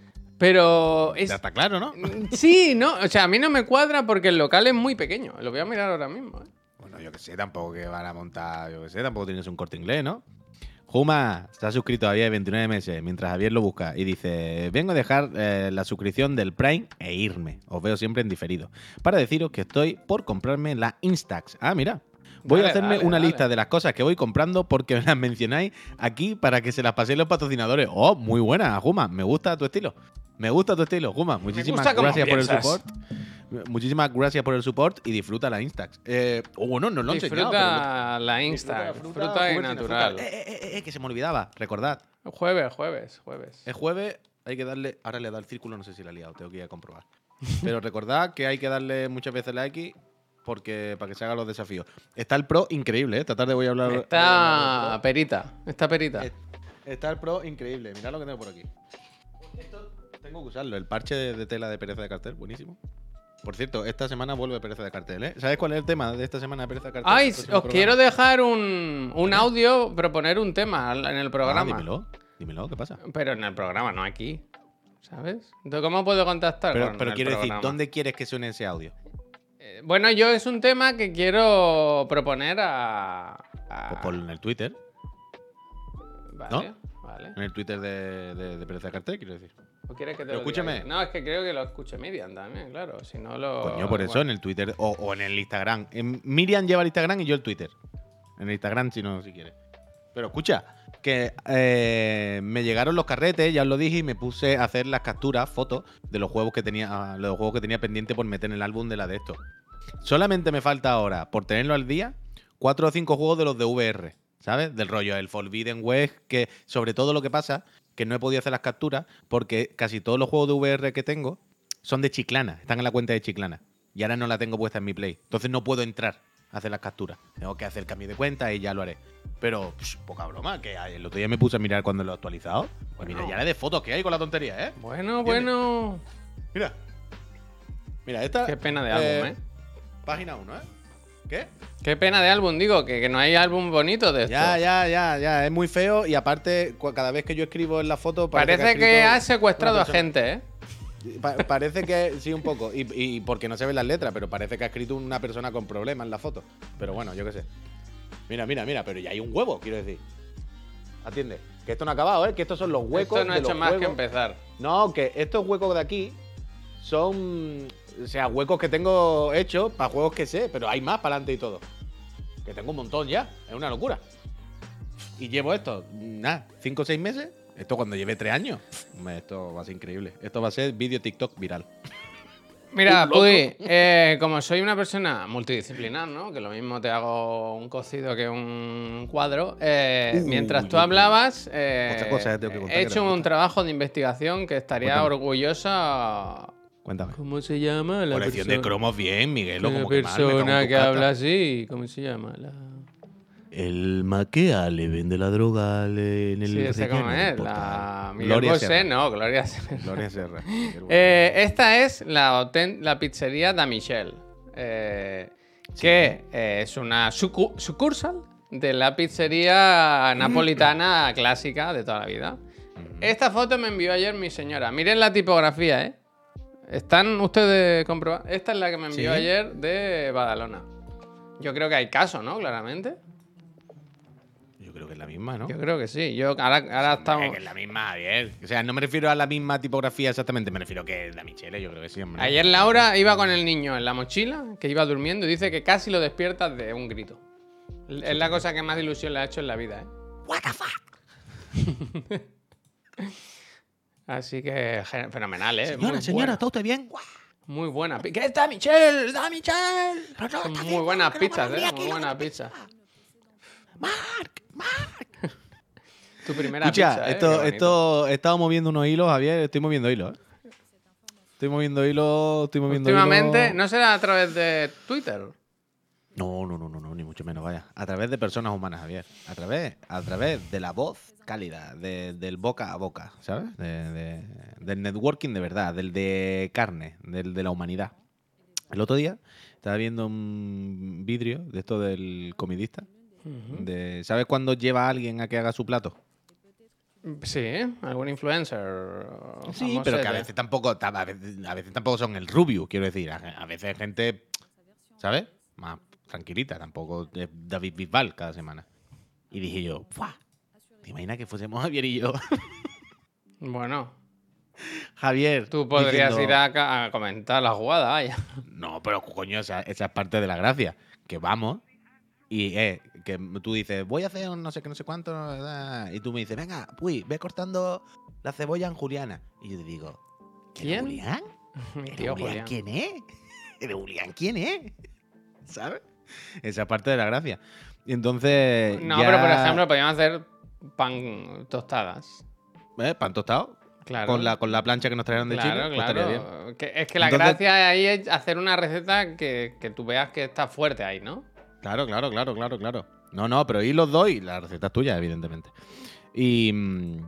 Pero es... Ya está claro, ¿no? Sí, no, o sea, a mí no me cuadra porque el local es muy pequeño. Lo voy a mirar ahora mismo. ¿eh? Bueno, yo que sé, tampoco que van a montar, yo que sé, tampoco tienes un Corte Inglés, ¿no? Juma está suscrito todavía de veintinueve meses, mientras Javier lo busca, y dice, vengo a dejar eh, la suscripción del Prime e irme. Os veo siempre en diferido. Para deciros que estoy por comprarme la Instax. Ah, mira. Voy Dale, a hacerme dale, una dale. lista de las cosas que voy comprando porque me las mencionáis aquí para que se las paséis los patrocinadores. Oh, muy buena, Juma. Me gusta tu estilo. Me gusta tu estilo, Juma. Muchísimas gusta cómo gracias por el piensas. support. Muchísimas gracias por el support y disfruta la Instax. Eh, oh, bueno, no lo he enseñado. pero lo- Disfruta la Insta, Disfruta, fruta, fruta, y juguetes de natural. fruta. Eh, eh, eh, eh, que se me olvidaba. Recordad, Jueves, jueves, jueves. es jueves, hay que darle. Ahora le he dado el círculo, no sé si la he liado, tengo que ir a comprobar. Pero recordad que hay que darle muchas veces la X porque para que se hagan los desafíos. Está el Pro increíble, ¿eh? Esta tarde voy a hablar. voy a hablar Está del perita, está perita. Pro. Eh, Está el Pro increíble. Mirad lo que tengo por aquí. Esto tengo que usarlo, el parche de, de tela de pereza de cartel, buenísimo. Por cierto, esta semana vuelve pereza de cartel, ¿eh? ¿Sabes cuál es el tema de esta semana de pereza de cartel? Ay, El os próximo programa. quiero dejar un, un audio, proponer un tema en el Ah, programa. dímelo, dímelo, ¿qué pasa? Pero en el programa, no aquí. ¿Sabes? Entonces, ¿cómo puedo contactar Pero, con pero el quiero decir, programa? ¿dónde quieres que suene ese audio? Eh, Bueno, yo es un tema que quiero proponer a... a- Pues por en el Twitter. Vale, vale. En el Twitter de, de, de Pereza de Cartel, quiero decir. ¿O quieres que te Pero lo diga escúchame. yo? No, es que creo que lo escuche Miriam también, claro. Si no lo... Coño, por eso bueno. en el Twitter o, o en el Instagram. En- Miriam lleva el Instagram y yo el Twitter. En el Instagram, si no, si quieres. Pero escucha, que eh, me llegaron los carretes, ya os lo dije, y me puse a hacer las capturas, fotos de los juegos que tenía, los juegos que tenía pendiente por meter en el álbum de la de esto. Solamente me falta ahora, por tenerlo al día, cuatro o cinco juegos de los de V R, ¿sabes? Del rollo, el Forbidden West, que sobre todo lo que pasa, que no he podido hacer las capturas, porque casi todos los juegos de V R que tengo son de Chiclana, están en la cuenta de Chiclana. Y ahora no la tengo puesta en mi Play. Entonces no puedo entrar a hacer las capturas. Tengo que hacer cambio de cuenta y ya lo haré. Pero, psh, poca broma, que el otro día me puse a mirar cuando lo he actualizado. Pues mira, Bueno. ya de fotos que hay con la tontería, ¿eh? Bueno, ¿Entiendes? bueno... Mira. Mira, esta. Qué pena de álbum, ¿eh? Página uno, ¿eh? ¿Qué? Qué pena de álbum, digo, que, que no hay álbum bonito de esto. Ya, ya, ya, ya. Es muy feo y aparte, cu- cada vez que yo escribo en la foto. Parece, Parece que, ha escrito has secuestrado una a persona. gente, ¿eh? Pa- parece que sí, un poco. Y, y porque no se ven las letras, pero parece que ha escrito una persona con problemas en la foto. Pero bueno, yo qué sé. Mira, mira, mira, pero ya hay un huevo, quiero decir. Atiende. Que esto no ha acabado, ¿eh? Que estos son los huecos. Esto no ha de hecho los más que juegos. empezar. No, que estos huecos de aquí son. O sea, huecos que tengo hechos para juegos que sé, pero hay más para adelante y todo. Que tengo un montón ya. Es una locura. Y llevo esto, nada, cinco o seis meses. Esto cuando lleve tres años. Hombre, esto va a ser increíble. Esto va a ser vídeo TikTok viral. Mira, Un loco. Puy, eh, como soy una persona multidisciplinar, ¿no? Que lo mismo te hago un cocido que un cuadro. eh, Uy, mientras tú uy, uy. hablabas, eh, Otra cosa, eh, tengo que contar he que hecho no me un gusta. trabajo de investigación que estaría Cuéntame. orgullosa. Cuéntame. ¿Cómo se llama la Colección de persona, cromos bien, Miguelo, la como que mal, me cago en persona tu que cata. habla así? ¿Cómo se llama? La... El maquea le vende la droga le- en el Sí, ese cómo relleno del es. portal. La Miguel Gloria Bosé, Serra. no, Gloria Serra. Gloria Serra. Eh, esta es la, autent- la pizzería Da Michel, eh, que eh, es una sucu- sucursal de la pizzería napolitana clásica de toda la vida. Esta foto me envió ayer mi señora. Miren la tipografía, ¿eh? ¿Están ustedes comprobando? Esta es la que me envió Sí. ayer de Badalona. Yo creo que hay caso, ¿no? Claramente. Yo creo que es la misma, ¿no? Yo creo que sí. Yo ahora, ahora Eh, estamos... que es la misma, Javier. O sea, no me refiero a la misma tipografía exactamente, me refiero que es la Michele, yo creo que sí, hombre. Ayer Laura iba con el niño en la mochila, que iba durmiendo, y dice que casi lo despiertas de un grito. Es la cosa que más ilusión le ha hecho en la vida, ¿eh? What the fuck. Así que ge- fenomenal, ¿eh? Señora, muy señora, buena, ¿está usted bien? muy buena. pi- ¿Qué está Michelle? ¡Está Michelle! No, no, Son está muy bien, buenas que no pizzas, me ¿eh? moría Muy aquí, buenas la pizzas. Mark, Mark. Tu primera Escucha, pizza, ¿eh? Qué esto, bonito. esto, he estado moviendo unos hilos, Javier, estoy moviendo hilos, ¿eh? Estoy moviendo hilos, estoy moviendo Últimamente, hilos. ¿no será a través de Twitter? No, no, no, no, no, ni mucho menos, vaya. A través de personas humanas, Javier. A través, a través de la voz cálida, de- del boca a boca, ¿sabes? De- de- del networking de verdad, del de carne, del de la humanidad. El otro día estaba viendo un vidrio de esto del comidista. De, ¿sabes cuándo lleva a alguien a que haga su plato? Sí, algún influencer. Sí, famosete. pero que a veces tampoco, ta- a veces, a veces tampoco son el Rubio, quiero decir. A, a veces gente, ¿sabes? Más tranquilita, tampoco es David Bisbal cada semana. Y dije yo, ¡buah! ¿Te imaginas que fuésemos Javier y yo? Bueno, Javier. tú podrías diciendo, ir a, ca- a comentar la jugada, vaya. No, pero coño, esa, esa es parte de la gracia. Que vamos y eh, que tú dices, voy a hacer un no sé qué, no sé cuánto. Y tú me dices, venga, uy, ve cortando la cebolla en Juliana. Y yo te digo, ¿eres ¿Quién? Julián? Mi ¿Eres tío Julián Julián. quién es? ¿Eres Julián quién es? ¿Sabes? Esa parte de la gracia. Y entonces. No, ya- pero por ejemplo, podríamos hacer pan tostadas. ¿Eh? Pan tostado. Claro. Con la, con la plancha que nos trajeron de Claro, Chile. pues estaría bien. claro. Que- es que la Entonces- gracia ahí es hacer una receta que, que tú veas que está fuerte ahí, ¿no? Claro, claro, claro, claro, claro. No, no, pero y los dos y la receta es tuya, evidentemente. Y. mm,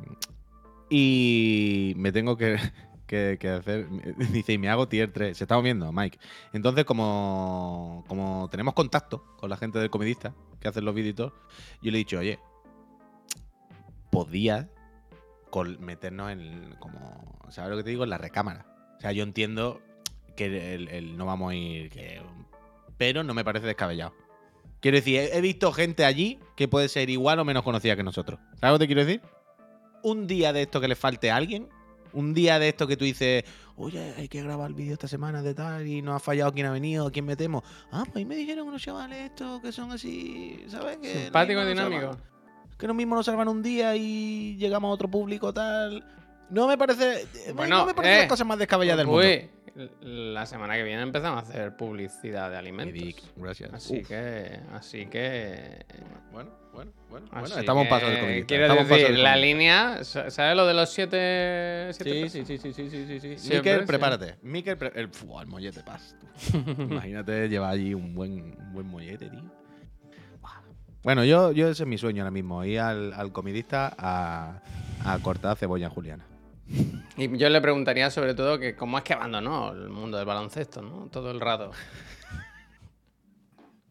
Y me tengo que, que- que hacer. Dice, y me hago tier tres. Se está moviendo, Mike. Entonces, como, como tenemos contacto con la gente del comedista que hacen los vídeos y todo, yo le he dicho, oye, podías col- meternos en. el- como, ¿sabes lo que te digo? En la recámara. O sea, yo entiendo que el, el no vamos a ir. que- pero no me parece descabellado. Quiero decir, he, he visto gente allí que puede ser igual o menos conocida que nosotros. ¿Sabes lo que te quiero decir? Un día de esto que le falte a alguien, un día de esto que tú dices, oye, hay que grabar el vídeo esta semana de tal y no ha fallado quién ha venido, quién metemos. Ah, pues ahí me dijeron unos chavales estos que son así, ¿sabes? Que lo Simpático y mismo nos dinámico. salvan- que lo mismo nos salvan un día y llegamos a otro público tal. No me parece, Bueno, no me parece eh, las cosas más descabelladas del mundo. Uy, la semana que viene empezamos a hacer publicidad de alimentos. Vic, gracias. Así Uf. que, así que, Bueno, bueno, bueno. así bueno estamos a un paso del que, comidista. quiero estamos a un paso decir, del la comidista. línea, ¿sabes lo de los siete? siete Sí, pesos? sí, sí, sí, sí, sí, sí, sí. Siempre, Miquel, sí. prepárate. Miquel, pre- el, fu, el mollete paz. tú. Imagínate llevar allí un buen, un buen mollete, tío. Buah. Bueno, yo, yo ese es mi sueño ahora mismo, ir al, al comidista a, a cortar cebolla en juliana. Y yo le preguntaría sobre todo que cómo es que abandonó el mundo del baloncesto, ¿no? Todo el rato.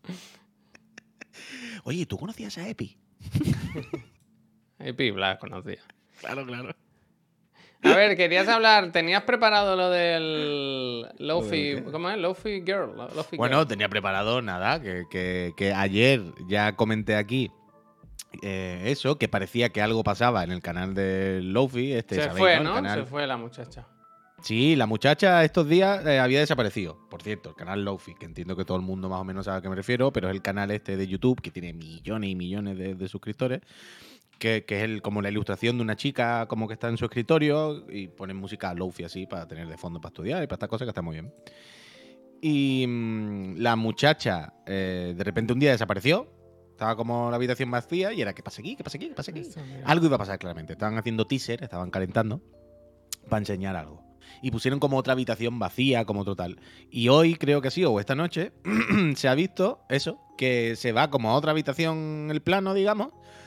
Oye, ¿tú conocías a Epi? Epi Blas conocía. Claro, claro. A ver, querías hablar, tenías preparado lo del Lofi, ¿Lo del qué? ¿cómo es? Lofi Girl. Lofi Bueno, Girl. tenía preparado nada, que, que- que ayer ya comenté aquí eh, eso, que parecía que algo pasaba en el canal de Lofi. Este, Se ¿sabéis, fue, El ¿no? canal- Se fue la muchacha. Sí, la muchacha estos días eh, había desaparecido. Por cierto, el canal Lofi, que entiendo que todo el mundo más o menos sabe a qué me refiero, pero es el canal este de YouTube que tiene millones y millones de, de suscriptores, que, que es el, como la ilustración de una chica como que está en su escritorio y ponen música Lofi así para tener de fondo para estudiar y para estas cosas que está muy bien. Y mm, la muchacha eh, de repente un día desapareció. Estaba como la habitación vacía y era ¿qué pasa aquí? ¿Qué pasa aquí? ¿Qué pasa aquí? Eso, mira. Algo iba a pasar claramente. Estaban haciendo teaser, estaban calentando para enseñar algo. Y pusieron como otra habitación vacía, como total. Y hoy creo que sí, o esta noche, se ha visto eso, que se va como a otra habitación el plano, digamos,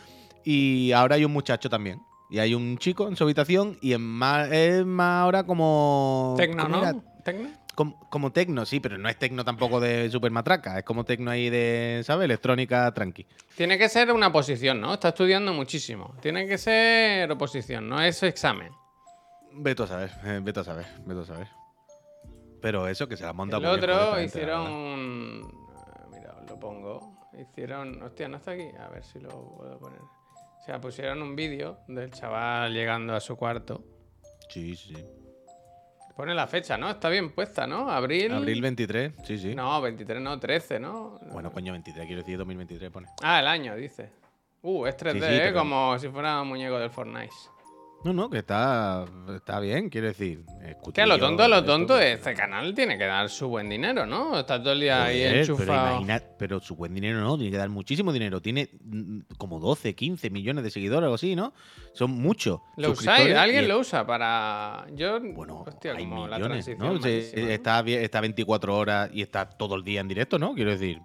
y ahora hay un muchacho también. Y hay un chico en su habitación y es más, es más ahora como... Tecno, ¿cómo ¿no? era? Tecno. Como, como tecno, sí, pero no es tecno tampoco de super matraca, es como tecno ahí de, ¿sabes? Electrónica tranqui. Tiene que ser una oposición, ¿no? Está estudiando muchísimo. Tiene que ser oposición, no es examen. Vete a saber, eh, vete a saber, vete a saber. Pero eso, que se la monta El muy bien otro correctamente, la hicieron verdad. un... ah, Mira, os lo pongo. Hicieron... Hostia, ¿no está aquí? A ver si lo puedo poner. O sea, pusieron un vídeo del chaval llegando a su cuarto. Sí, sí, sí. Pone la fecha, ¿no? Está bien puesta, ¿no? Abril... Abril veintitrés, sí, sí. No, veintitrés no, trece, ¿no? Bueno, coño, veintitrés, quiero decir dos mil veintitrés pone. Ah, el año, dice. Uh, es tres D, Sí, sí, ¿eh? pero- Como si fuera un muñeco del Fortnite. No, no, que está, está bien, quiero decir. Que a lo tonto, a lo tonto, es este canal tiene que dar su buen dinero, ¿no? Está todo el día ahí Pero enchufado. imagina, pero su buen dinero no, tiene que dar muchísimo dinero. Tiene mm, como doce, quince millones de seguidores o algo así, ¿no? Son muchos. ¿Lo suscriptores usáis? ¿Alguien y- lo usa para...? Yo... Bueno, Hostia, hay como la millones, transición ¿no? Se- malísima, ¿no? está, bien- está veinticuatro horas y está todo el día en directo, ¿no? Quiero decir.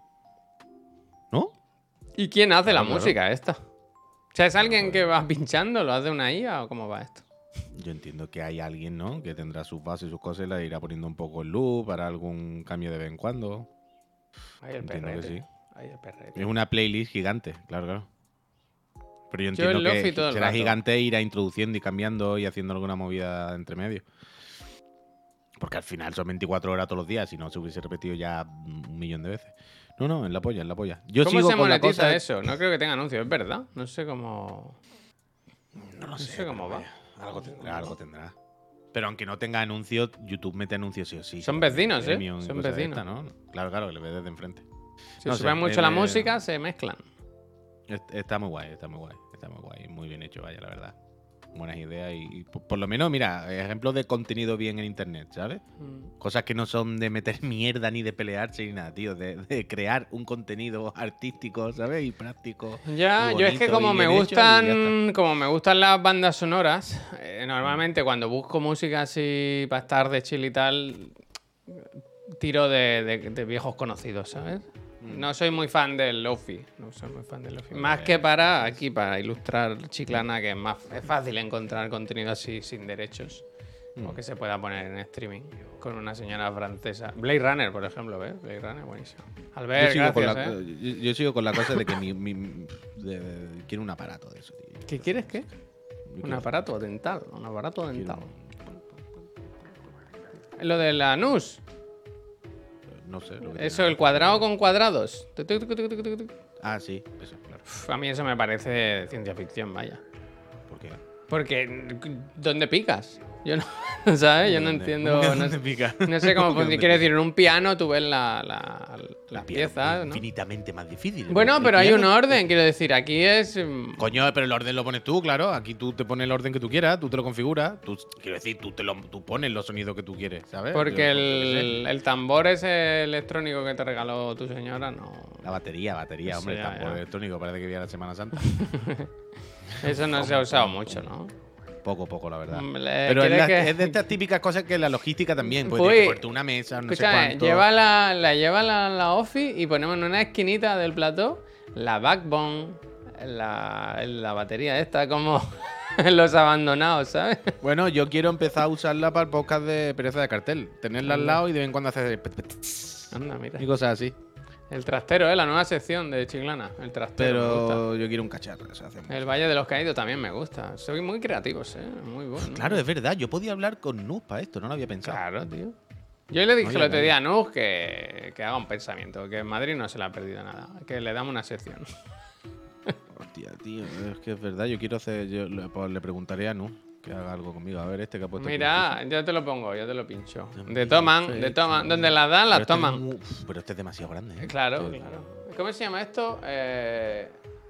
¿No? ¿Y quién hace la Claro, claro. música esta? O sea, ¿es alguien que va pinchando? ¿Lo hace una I A o cómo va esto? Yo entiendo que hay alguien, ¿no? Que tendrá sus bases y sus cosas y la irá poniendo un poco en loop para algún cambio de vez en cuando. Ahí el Entiendo que perrete. sí. Ahí el perrete. Es una playlist gigante, claro, claro. Pero yo Yo entiendo el Lofi que todo el será rato. gigante e irá introduciendo y cambiando y haciendo alguna movida entre medio. Porque al final son veinticuatro horas todos los días, si no se hubiese repetido ya un millón de veces. No, no, en la polla, en la polla. Yo ¿Cómo sigo se con la monetiza cosa... eso? No creo que tenga anuncios, es verdad. No sé cómo... No lo No sé, sé cómo pero va. vaya, Algo tendrá, algo tendrá. Pero aunque no tenga anuncios, YouTube mete anuncios sí o sí. Son sí, vecinos, ¿eh? Premium y Son cosas de vecinos. estas, ¿no? Claro, claro, que le ves desde enfrente. Si No suben sé, mucho eh, la me- música, se mezclan. Est- Está muy guay, está muy guay, está muy guay. Muy bien hecho, vaya, la verdad. Buenas ideas y, y por, por lo menos, mira, ejemplos de contenido bien en internet, ¿sabes? Mm. Cosas que no son de meter mierda ni de pelearse ni nada, tío. De, de crear un contenido artístico, ¿sabes? Y práctico. Ya, y yo es que bonito como y me bien hecho y ya gustan, como me gustan las bandas sonoras, eh, normalmente cuando busco música así para estar de chill y tal, tiro de, de- de viejos conocidos, ¿sabes? No soy muy fan del lofi, no soy muy fan del lofi. Más que para aquí, para ilustrar Chiclana, que es más es fácil encontrar contenido así sin derechos o que se pueda poner en streaming con una señora francesa. Blade Runner, por ejemplo, ¿ves? Blade Runner, buenísimo. Yo Albert, sigo, con gracias, la, ¿eh? yo, yo sigo con la cosa de que mi, mi- de- de- quiero un aparato de eso, tío. ¿Qué quieres qué? Yo Un quiero- aparato dental, un aparato quiero dental. un- Lo de la N U S. No sé. Lo que Eso, tiene. el cuadrado con cuadrados. Tu, tu, tu, tu, tu, tu, tu. Ah, sí, eso, claro. Uf, a mí eso me parece ciencia ficción, vaya. ¿Por qué? Porque, ¿dónde picas? Yo no, ¿sabes? Yo no ¿Dónde? entiendo. ¿Cómo que No, dónde sé- pica? no sé cómo ¿Cómo que funciona. dónde Quiero pica? decir, en un piano tú ves la, la, las El piano piezas, es ¿no? infinitamente más difícil. Bueno, El pero hay un piano- orden, quiero decir. Aquí es. mm, Coño, pero el orden lo pones tú, claro. Aquí tú te pones el orden que tú quieras, tú te lo configuras. Tú, quiero decir, tú, te lo, tú pones los sonidos que tú quieres, ¿sabes? Porque Yo- yo qué el, el tambor ese electrónico que te regaló tu señora, no. sé. La batería, batería, Eso hombre, ya, el tambor ya. electrónico, parece que viene la Semana Santa. Eso no se ha usado mucho, ¿no? Poco, poco, la verdad. Mm, le- Pero es, ¿quieres la- que- es de estas típicas cosas que la logística también. Pues Uy, tienes que ponerte una mesa, no sé Escúchame, cuánto. lleva la, la lleva la, la Office y ponemos en una esquinita del plató la backbone, la, la batería esta, como en los abandonados, ¿sabes? Bueno, yo quiero empezar a usarla para el podcast de Pereza de Cartel. Tenerla al lado y de vez en cuando hacer pet, pet, Anda, mira. y cosas así. El trastero, ¿eh? La nueva sección de Chiclana. El trastero. Me gusta. Pero yo quiero un cacharro. Eso hace mucho. El Valle de los Caídos también me gusta. Soy muy creativos, ¿eh? Muy bueno. Claro, es verdad. Yo podía hablar con Nus para esto, no lo había pensado. Claro, tío. Yo le dije Oye, el otro vale. día a Nus que, que haga un pensamiento, que en Madrid no se le ha perdido nada, que le damos una sección. Hostia, tío, es que es verdad. Yo quiero hacer. Yo le, pues, le preguntaré a Nus que haga algo conmigo. A ver, este que ha puesto. aquí. Mira, yo te lo pongo, yo te lo pincho. Dios De mío, toman, esto de es- toman. Donde las dan, Pero las este es toman. muy- uf, pero este es demasiado grande, ¿eh? Claro, Este- claro. ¿Cómo se llama esto? Eh,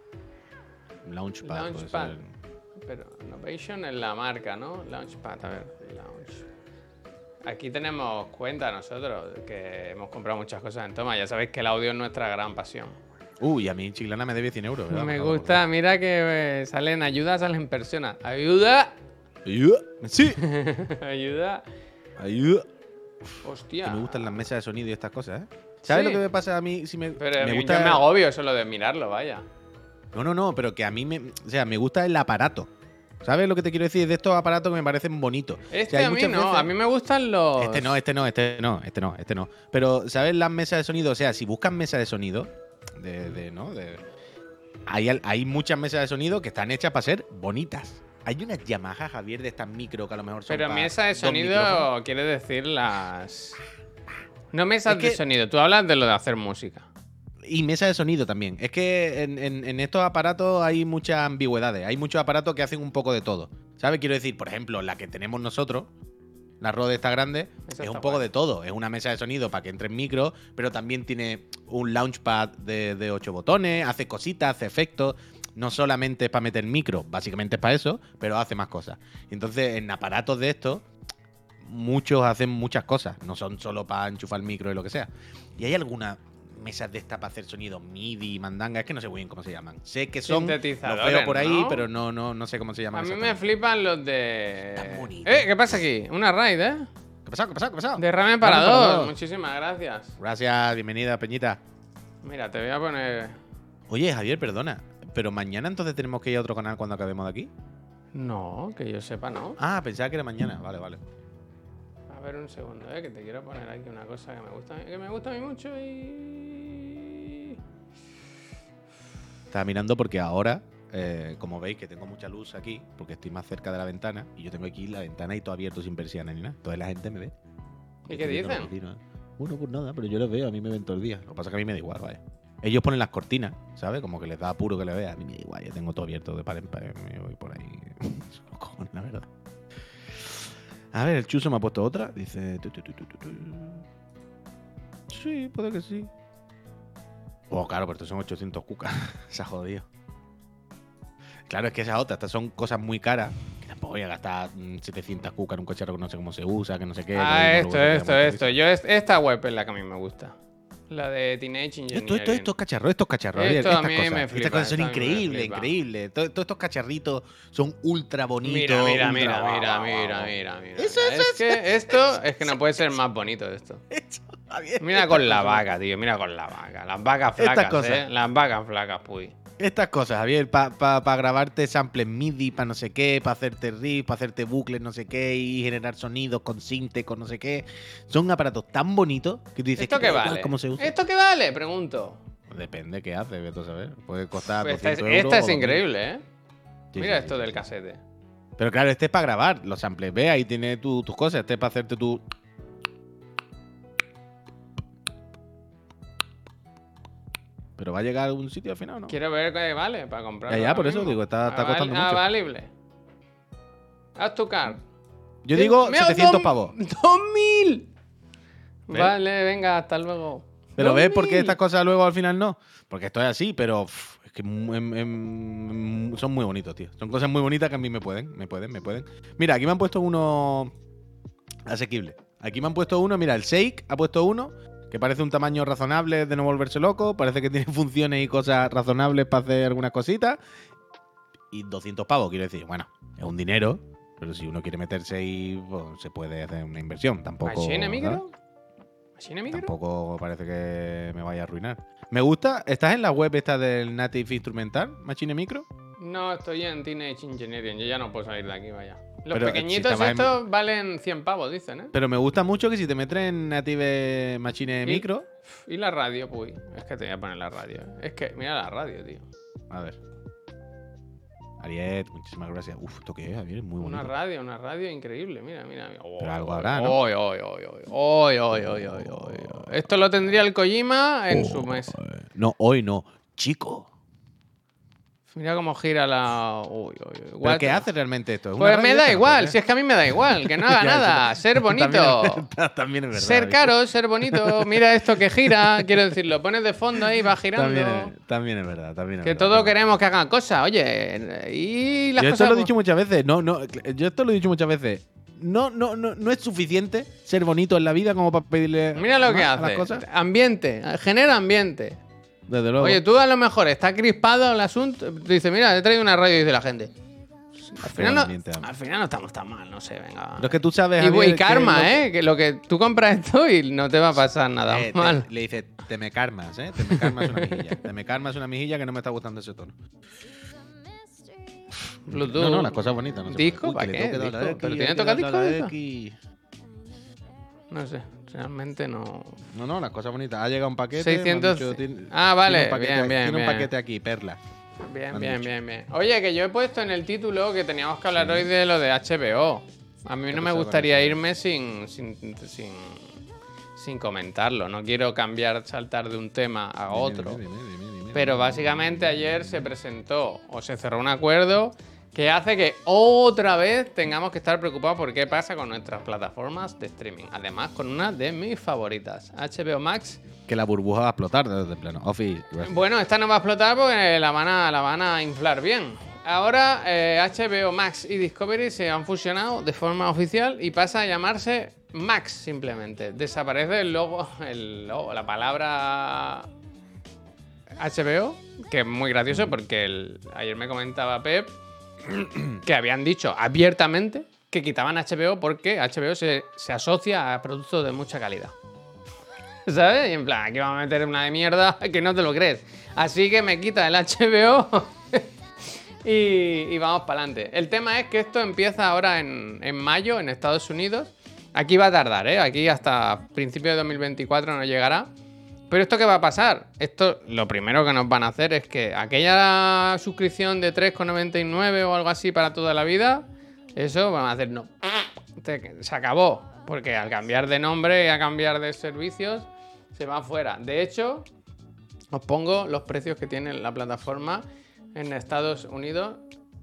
Launchpad. puede Launchpad. ser. Pero Innovation es la marca, ¿no? Launchpad, a ver. Launch. Aquí tenemos cuenta nosotros, que hemos comprado muchas cosas en Toma. Ya sabéis que el audio es nuestra gran pasión. Uy, a mí Chiclana me debe cien euros. ¿verdad? Me Por favor, gusta, mira que eh, salen ayudas, salen personas. Ayuda, Ayuda. Sí. ayuda. Ayuda. Hostia. Que me gustan las mesas de sonido y estas cosas, ¿eh? ¿Sabes Sí. lo que me pasa a mí? Si me, Pero me yo gusta... me agobio solo de mirarlo, vaya. No, no, no, pero que a mí me... O sea, me gusta el aparato. ¿Sabes lo que te quiero decir? De estos aparatos que me parecen bonitos. Este O sea, hay a mí muchas no, veces- a mí me gustan los... Este no, este no, este no, este no, este no. Pero, ¿sabes las mesas de sonido? O sea, si buscas mesas de sonido, de, de ¿no? De, hay, al- hay muchas mesas de sonido que están hechas para ser bonitas. Hay unas Yamaha, Javier, de estas micro que a lo mejor son Pero pa mesa de dos sonido micrófonos. quiere decir las... No mesas Es de que- sonido, tú hablas de lo de hacer música. Y mesa de sonido también. Es que en, en- en estos aparatos hay muchas ambigüedades. Hay muchos aparatos que hacen un poco de todo. ¿Sabes? Quiero decir, por ejemplo, la que tenemos nosotros, la Rode esta grande, Esa es un está poco guay. de todo. Es una mesa de sonido para que entre en micro, pero también tiene un launchpad de, de ocho botones, hace cositas, hace efectos. No solamente es para meter micro, básicamente es para eso, pero hace más cosas. Entonces, en aparatos de estos, muchos hacen muchas cosas. No son solo para enchufar el micro y lo que sea. Y hay algunas mesas de estas para hacer sonido MIDI, mandanga, es que no sé muy bien cómo se llaman. Sé que son, los Sintetizadores, veo por ahí, ¿no? pero no, no, no sé cómo se A llaman. mí me exactamente. flipan los de... Tan bonito. Eh, ¿qué pasa aquí? Una raid, ¿eh? ¿Qué ha pasado? ¿Qué ha pasado? ¿Qué ha pasado? Derrame para Derrame para dos. dos. Muchísimas gracias. Gracias, bienvenida, Peñita. Mira, te voy a poner... Oye, Javier, perdona, pero mañana entonces tenemos que ir a otro canal cuando acabemos de aquí. No, que yo sepa, ¿no? Ah, pensaba que era mañana. Vale, vale. A ver un segundo, eh, que te quiero poner aquí una cosa que me gusta, que me gusta a mí mucho y... Estaba mirando porque ahora, eh, como veis que tengo mucha luz aquí, porque estoy más cerca de la ventana, y yo tengo aquí la ventana y todo abierto sin persiana ni nada. Entonces la gente me ve. ¿Y Estoy qué viendo a dicen? los vecinos, ¿eh? Bueno, pues nada, pero yo les veo, a mí me ven todo el día. Lo que pasa es que a mí me da igual, vaya. Ellos ponen las cortinas, ¿sabes? Como que les da apuro que le vea. A mí me da igual, yo tengo todo abierto de par en par, me voy por ahí. Son los cojones, la verdad. A ver, el Chuso me ha puesto otra. Dice... tu, tu, tu, tu, tu, tu. Sí, puede que sí. Oh, claro, pero estos son ochocientos cucas. Se ha jodido. Claro, es que esa otra, estas son cosas muy caras. Que tampoco voy a gastar mm, setecientos cucas en un cacharro que no sé cómo se usa, que no sé qué. que Ah, luego esto, se queda esto, muy esto. Yo es, esta web es la que a mí me gusta. La de Teenage Engineering. Esto, esto, estos cacharros, estos cacharros. Esto Javier, a estas mí cosas, me estas flipa, cosas son esto a mí me increíbles, flipa. increíbles. Todo- Todos estos cacharritos son ultra bonitos. Mira, mira, ultra mira, guau, mira, guau, mira, guau. mira, mira. Eso, mira. eso, Es que esto es que no puede ser más bonito esto. Esto, Javier, Mira estas con la cosas. vaca, tío. Mira con la vaca. Las vacas Estas flacas, cosas. ¿eh? Las vacas flacas, puy. Estas cosas, Javier, para pa, pa grabarte samples MIDI, para no sé qué, para hacerte riff, para hacerte bucles, no sé qué, y generar sonidos con sinte, con no sé qué. Son aparatos tan bonitos que tú dices, ¿Esto que qué da igual vale? ¿Cómo se usa? ¿Esto qué vale? Pregunto. Depende qué hace, vete a saber. Puede costar Pues esta es, doscientos euros esta o es dos mil. increíble, ¿eh? Sí, Mira sí, esto sí, del sí. casete. Pero claro, este es para grabar los samples. Ve, ahí tiene tu- tus cosas. Este es para hacerte tu... Pero va a llegar a algún sitio al final, ¿o ¿no? Quiero ver qué vale para comprar. Ya, ya, por eso digo, está- está costando mucho. Avalible. Haz tu car. Yo digo Mira, setecientos dos- pavos. ¡dos mil! ¿Ves? Vale, venga, hasta luego. Pero ¿ves por qué dos mil. estas cosas luego al final no? Porque esto es así, pero uf, es que mu- em- em- son muy bonitos, tío. Son cosas muy bonitas que a mí me pueden, me pueden, me pueden. Mira, aquí me han puesto uno asequible. Aquí me han puesto uno, mira, el Shake ha puesto uno que parece un tamaño razonable de no volverse loco, parece que tiene funciones y cosas razonables para hacer algunas cositas. Y doscientos pavos, quiero decir, bueno, es un dinero, pero si uno quiere meterse ahí, pues, se puede hacer una inversión. Tampoco, ¿Machine ¿sabes? micro? ¿Machine micro? Tampoco parece que me vaya a arruinar. Me gusta. ¿Estás en la web esta del Native Instrumental, Machine Micro? No, estoy en Teenage Engineering. Yo ya no puedo salir de aquí, vaya. Los Pero, pequeñitos si estabas en- estos valen cien pavos, dicen, ¿eh? Pero me gusta mucho que si te metes en Native Machine Y- Micro. Y la radio, pues. Es que te voy a poner la radio. Es que, mira la radio, tío. A ver. Ariet, muchísimas gracias. Uf, ¿esto qué es, Javier? Es muy bonito. Una radio, una radio increíble. Mira, mira. mira. Oh, Pero algo oh, habrá, ¿no? oh, oh, oh, oh, oh, oh, oh, oh, oh, oh. Esto lo tendría el Kojima en su mesa. No, hoy no. Chico. Mira cómo gira la. Uy, uy, uy. ¿Pero What qué the- hace realmente esto? ¿Es una Pues radio me esta, da no? igual, ¿Por si es que a mí me da igual, que no haga Ya, nada. eso- Ser qué? También bonito. es verdad, También es verdad. Ser ¿viste? caro, ser bonito. Mira esto que gira. Quiero decir, lo pones de fondo ahí, va girando. También es, también es verdad, también es Que verdad. todos Pero- queremos que hagan cosas, oye. Y las Yo esto cosas. lo he dicho muchas veces. No, no, yo esto lo he dicho muchas veces. No, no, no, no es suficiente ser bonito en la vida como para pedirle Mira lo más que a las hace. cosas. Ambiente, genera ambiente. Desde luego. Oye, tú a lo mejor está crispado el asunto. Dice, mira, he traído una radio, dice la gente. Al final, no, ambiente, ambiente. al final no estamos tan mal, no sé, venga. Pero es que tú sabes. Y, Javier, y que karma, lo que- ¿eh? Que lo que tú compras esto y no te va a pasar nada Eh, te- mal. le dice, te me karmas, ¿eh? Te me karmas una mejilla. Te me karmas una mejilla que no me está gustando ese tono. Bluetooth. No, no, las cosas bonitas. No se ¿Disco? puede. ¿Para Uy, que qué? le tengo que dar a la ¿Disco? X, ¿Pero hay tiene que tocadiscos darle a la eso? X. No sé, realmente no. No, no, las cosas bonitas. Ha llegado un paquete. seiscientos. me han dicho, tiene- Ah, vale, tiene un paquete, bien, bien, Tiene bien. un paquete aquí, perla. Bien, han bien, dicho. bien, bien. Oye, que yo he puesto en el título que teníamos que hablar hoy de lo de H B O. A mí ¿Qué no ha me pasado con gustaría H B O? irme sin, sin, sin, sin comentarlo. No quiero cambiar, saltar de un tema a otro. Dime, dime, dime, dime, Pero dime. básicamente ayer se presentó o se cerró un acuerdo que hace que otra vez tengamos que estar preocupados por qué pasa con nuestras plataformas de streaming. Además, con una de mis favoritas, H B O Max. Que la burbuja va a explotar desde el plano. Office, gracias. Bueno, esta no va a explotar porque la van a, la van a inflar bien. Ahora eh, H B O Max y Discovery se han fusionado de forma oficial y pasa a llamarse Max simplemente. Desaparece el logo, el logo, la palabra H B O, que es muy gracioso porque el- ayer me comentaba Pep que habían dicho abiertamente que quitaban H B O porque H B O se, se asocia a productos de mucha calidad. ¿Sabes? Y en plan, aquí vamos a meter una de mierda que no te lo crees. Así que me quita el H B O y, y vamos para adelante. El tema es que esto empieza ahora en, en mayo en Estados Unidos. Aquí va a tardar, ¿eh? Aquí hasta principios de dos mil veinticuatro no llegará. Pero ¿esto qué va a pasar? Esto, lo primero que nos van a hacer es que aquella suscripción de tres con noventa y nueve o algo así para toda la vida, eso van a hacer no. Te- Se acabó. Porque al cambiar de nombre y a cambiar de servicios, se va fuera. De hecho, os pongo los precios que tiene la plataforma en Estados Unidos,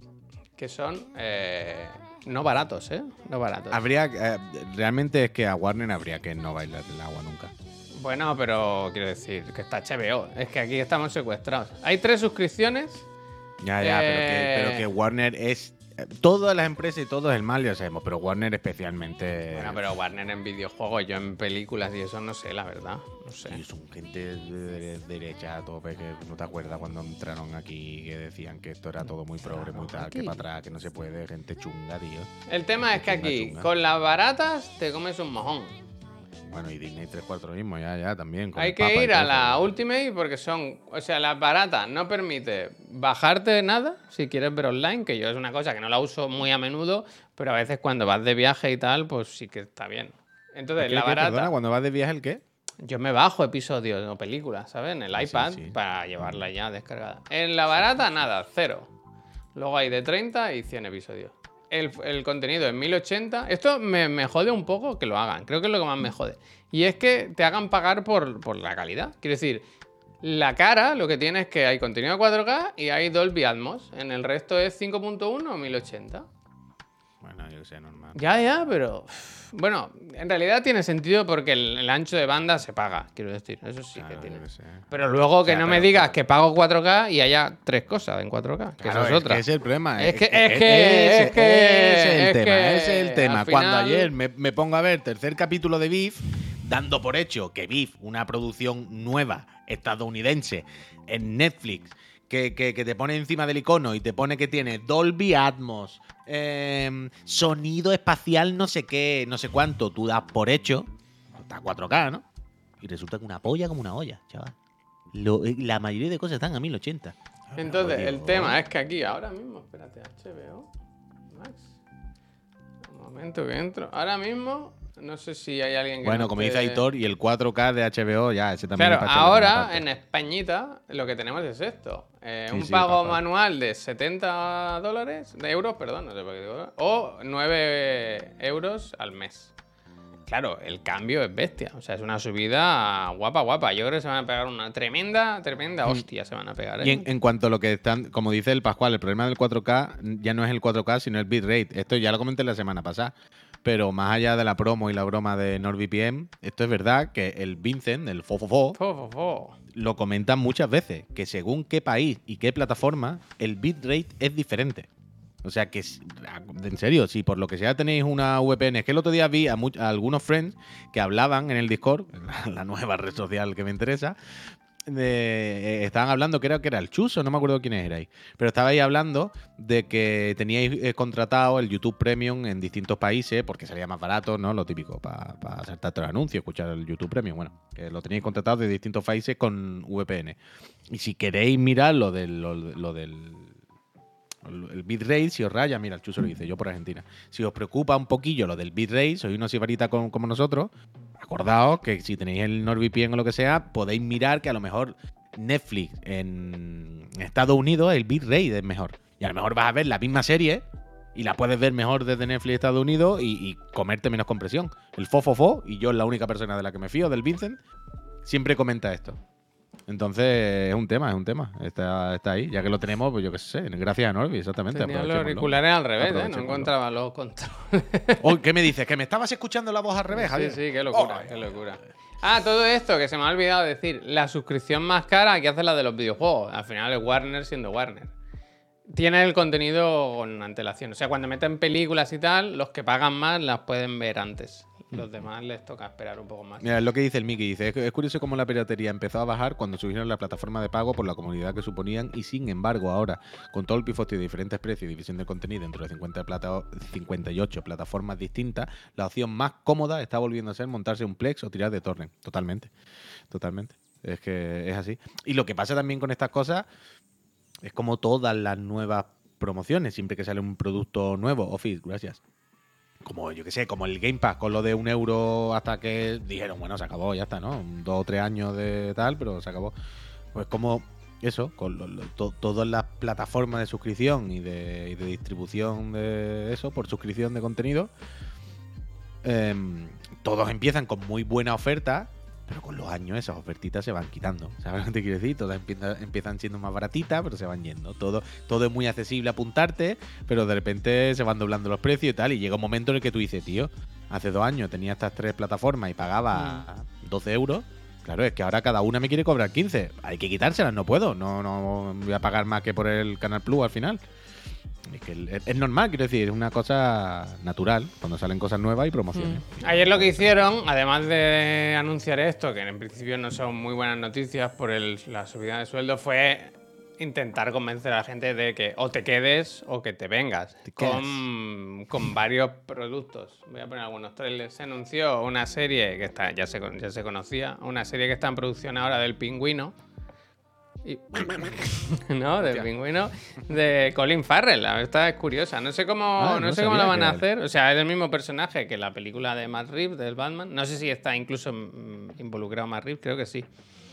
que son eh, no baratos, ¿eh? No baratos. Habría, eh, realmente es que a Warner habría que no bailar el agua nunca. Bueno, pero quiero decir que está H B O. Es que aquí estamos secuestrados. Hay tres suscripciones. Ya, ya, pero, que, Eh. pero que Warner es. eh, Todas las empresas y todo es el mal, ya sabemos, pero Warner especialmente. Bueno, pero Warner en videojuegos, yo en películas y eso no sé, la verdad. No sé. Sí, son gente de, de- derecha a tope, que no te acuerdas cuando entraron aquí que decían que esto era todo muy progre, muy tal, que aquí. para atrás, que no se puede, gente chunga, tío. El tema es que Chunga, aquí, chunga. con las baratas, te comes un mojón. Bueno, y Disney tres cuatro mismo, ya, ya, también. con Hay el Papa que y ir todo a eso. la Ultimate porque son, o sea, la barata no permite bajarte nada si quieres ver online, que yo es una cosa que no la uso muy a menudo, pero a veces cuando vas de viaje y tal, pues sí que está bien. Entonces, ¿Qué, la qué? barata, Perdona, cuando vas de viaje, ¿el qué? yo me bajo episodios o películas, ¿sabes? En el Sí, iPad sí. para llevarla ya descargada. En la barata, nada, cero. Luego hay de treinta y cien episodios. El, el contenido en mil ochenta. Esto me, me jode un poco que lo hagan. Creo que es lo que más me jode. Y es que te hagan pagar por, por la calidad. Quiero decir, la cara lo que tiene es que hay contenido cuatro K y hay Dolby Atmos. En el resto es cinco punto uno o mil ochenta. Bueno, yo que sé, normal. Ya, ya, pero... Bueno, en realidad tiene sentido porque el, el ancho de banda se paga, quiero decir. Eso sí Claro, que yo tiene. que sé. Pero luego que O sea, no me pero- digas que pago cuatro K y haya tres cosas en cuatro K, que Claro, eso es otra. que ese es el problema. Es que- es ese- que- es que- ese es el es tema, que ese es el tema. al Cuando final- ayer me, me pongo a ver tercer capítulo de Beef, dando por hecho que Beef, una producción nueva, estadounidense, en Netflix, que, que- que te pone encima del icono y te pone que tiene Dolby Atmos, eh, sonido espacial no sé qué, no sé cuánto, tú das por hecho, está cuatro K, ¿no? Y resulta que una polla como una olla, chaval. Lo- eh, la mayoría de cosas están a mil ochenta. Entonces, Oye, el oh. tema es que aquí, ahora mismo, espérate, H B O Max. momento que entro. Ahora mismo, no sé si hay alguien que. Bueno, no como esté- dice Aitor, y el cuatro K de H B O, ya, ese también Claro, es para echarle una ahora parte. en Españita lo que tenemos es esto. Eh, Sí, un sí, pago tal cual. manual de setenta dólares, de euros, perdón, no sé por qué digo dólares, o nueve euros al mes. Claro, el cambio es bestia. O sea, es una subida guapa, guapa. Yo creo que se van a pegar una tremenda, tremenda hostia. Se van a pegar, Y ¿eh? en, en cuanto a lo que están, como dice el Pascual, el problema del cuatro K ya no es el cuatro K, sino el bitrate. Esto ya lo comenté la semana pasada. Pero más allá de la promo y la broma de NordVPN, esto es verdad que el Vincent, el Fofofo, Fo, fo, fo. lo comentan muchas veces, que según qué país y qué plataforma, el bitrate es diferente. O sea que, si- en serio, si por lo que sea tenéis una V P N, es que el otro día vi a, mu- a algunos friends que hablaban en el Discord, la, la nueva red social que me interesa, de- eh, estaban hablando, creo que era el Chuso, no me acuerdo quiénes erais, pero estabais hablando de que teníais eh, contratado el YouTube Premium en distintos países porque salía más barato, ¿no? Lo típico, para pa saltarte los anuncios, escuchar el YouTube Premium. Bueno, que lo teníais contratado de distintos países con V P N. Y si queréis mirar lo del, lo, lo del el bitrate, si os raya, mira, el Chuso lo dice, yo por Argentina. Si os preocupa un poquillo lo del bitrate, sois unos sibaritas como, como nosotros, acordaos que si tenéis el NordVPN o lo que sea, podéis mirar que a lo mejor Netflix en Estados Unidos el bitrate es mejor. Y a lo mejor vas a ver la misma serie y la puedes ver mejor desde Netflix Estados Unidos y, y comerte menos compresión. El Fofofo, y yo es la única persona de la que me fío, del Vincent, siempre comenta esto. Entonces, es un tema, es un tema. Está, está ahí. Ya que lo tenemos, pues yo qué sé. Gracias a Norby, exactamente. Tenía los aprovechémoslo. auriculares al revés, ¿eh? No Aprovechémoslo. encontraba los controles. Oh, ¿qué me dices? ¿Que me estabas escuchando la voz al revés, Sí, Javier? sí, qué locura, Oh, qué locura. Ah, todo esto que se me ha olvidado decir. La suscripción más cara que hace la de los videojuegos. Al final es Warner siendo Warner. Tiene el contenido con antelación. O sea, cuando meten películas y tal, los que pagan más las pueden ver antes. Los demás les toca esperar un poco más. Mira, es lo que dice el Mickey. Dice, es, es curioso cómo la piratería empezó a bajar cuando subieron la plataforma de pago por la comunidad que suponían y sin embargo ahora, con todo el pifostio de diferentes precios y división de contenido entre las cincuenta plata- cincuenta y ocho plataformas distintas, la opción más cómoda está volviendo a ser montarse un Plex o tirar de torrent. Totalmente. Totalmente. Es que es así. Y lo que pasa también con estas cosas es como todas las nuevas promociones. Siempre que sale un producto nuevo, Office, gracias. Como, yo qué sé, como el Game Pass con lo de un euro hasta que dijeron, bueno, se acabó, ya está, ¿no? Dos o tres años de tal, pero se acabó. Pues como eso, con lo- lo- to- todas las plataformas de suscripción y de, y de distribución de eso, por suscripción de contenido, em, todos empiezan con muy buena oferta, pero con los años esas ofertitas se van quitando. ¿Sabes lo que te quiero decir? Todas empiezan, empiezan siendo más baratitas, pero se van yendo. Todo, todo es muy accesible a apuntarte, pero de repente se van doblando los precios y tal. Y llega un momento en el que tú dices, tío, hace dos años tenía estas tres plataformas y pagaba doce euros. Claro, es que ahora cada una me quiere cobrar quince. Hay que quitárselas, no puedo. No, no voy a pagar más que por el Canal Plus al final. Es que es, es normal, quiero decir, es una cosa natural cuando salen cosas nuevas y promociones. Ayer lo que hicieron, además de anunciar esto, que en principio no son muy buenas noticias por el- la subida de sueldo, fue intentar convencer a la gente de que o te quedes o que te vengas. Te quedas. Con, con varios productos. Voy a poner algunos trailers. Se anunció una serie que está, ya, se, con- ya se conocía, una serie que está en producción ahora del Pingüino. Y- ¿No? Del Pingüino de Colin Farrell. Esta es curiosa. No sé cómo, Ah, no no sé cómo sabía la van que a era él. hacer. O sea, es el mismo personaje que la película de Matt Reeves, del Batman. No sé si está incluso mm, involucrado Matt Reeves, creo que sí.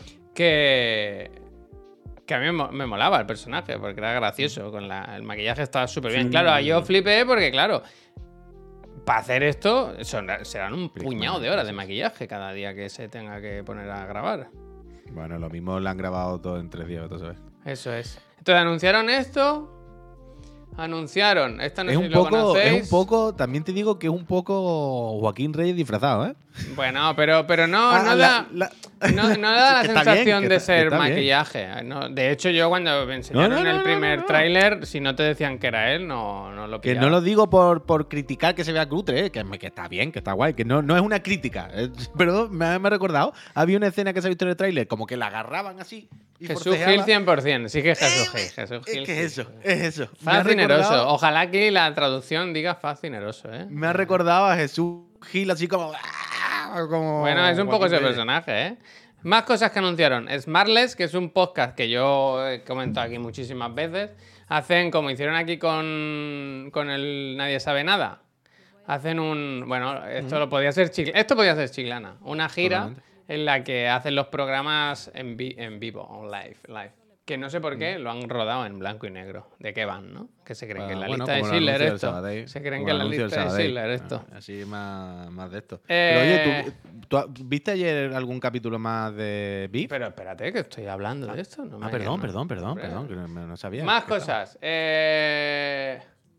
Que, que a mí me, mo- me molaba el personaje, porque era gracioso. Con la- el maquillaje estaba súper bien. Sí. Claro, yo flipé porque, claro, para hacer esto son- serán un Chris puñado de Mann, horas de sí. maquillaje cada día que se tenga que poner a grabar. Bueno, lo mismo lo han grabado todo en tres días, tú sabes. Eso es. Entonces anunciaron esto. Anunciaron. Esta no Es sé un si lo poco, es conocéis. un poco, también te digo que es un poco Joaquín Reyes disfrazado, ¿eh? Bueno, pero, pero no, Ah, no la- da. la- No, no da la Que está bien, sensación que de está- que ser está bien. maquillaje. No, de hecho, yo cuando me enseñaron no, no, el no, primer no, no. tráiler, si no te decían que era él, no, no lo Que pillaba. no lo digo por, por criticar que se vea cutre, ¿eh? que, que está bien, que está guay, que no, no es una crítica. eh, Pero me ha, me ha recordado, había una escena que se ha visto en el tráiler, como que la agarraban así y Jesús forcejeaba. Gil cien por ciento. Sí que es Jesús Gil. Jesús Es Gil. que es sí. eso, es eso. Me ha Fascineroso. recordado- Ojalá aquí la traducción diga fascineroso, ¿eh? Me ha recordado a Jesús Gil así como... ¡ah! como Bueno, es un poco Joaquín ese Reyes. personaje, ¿eh? Más cosas que anunciaron. Smartless, que es un podcast que yo he comentado aquí muchísimas veces. Hacen como hicieron aquí con, con el Nadie Sabe Nada. Hacen un... Bueno, esto lo podía ser Chiclana. Esto podía ser Chiclana. Una gira Totalmente. en la que hacen los programas en, vi- en vivo, on live, live. Que no sé por qué lo han rodado en blanco y negro. ¿De qué van, no? Que se creen que en la Ah, bueno, lista de como el Schindler anuncio del esto. Sabadell, Se creen como que en el la anuncio del lista de Sabadell. Schindler esto. Ah, así más, más de esto. Eh, Pero oye, ¿tú, tú has- ¿viste ayer algún capítulo más de Beef? Pero espérate, que estoy hablando de esto. No ah, me- perdón, no- perdón, perdón, hombre. perdón, que no, no sabía. Más que estaba. cosas. Eh...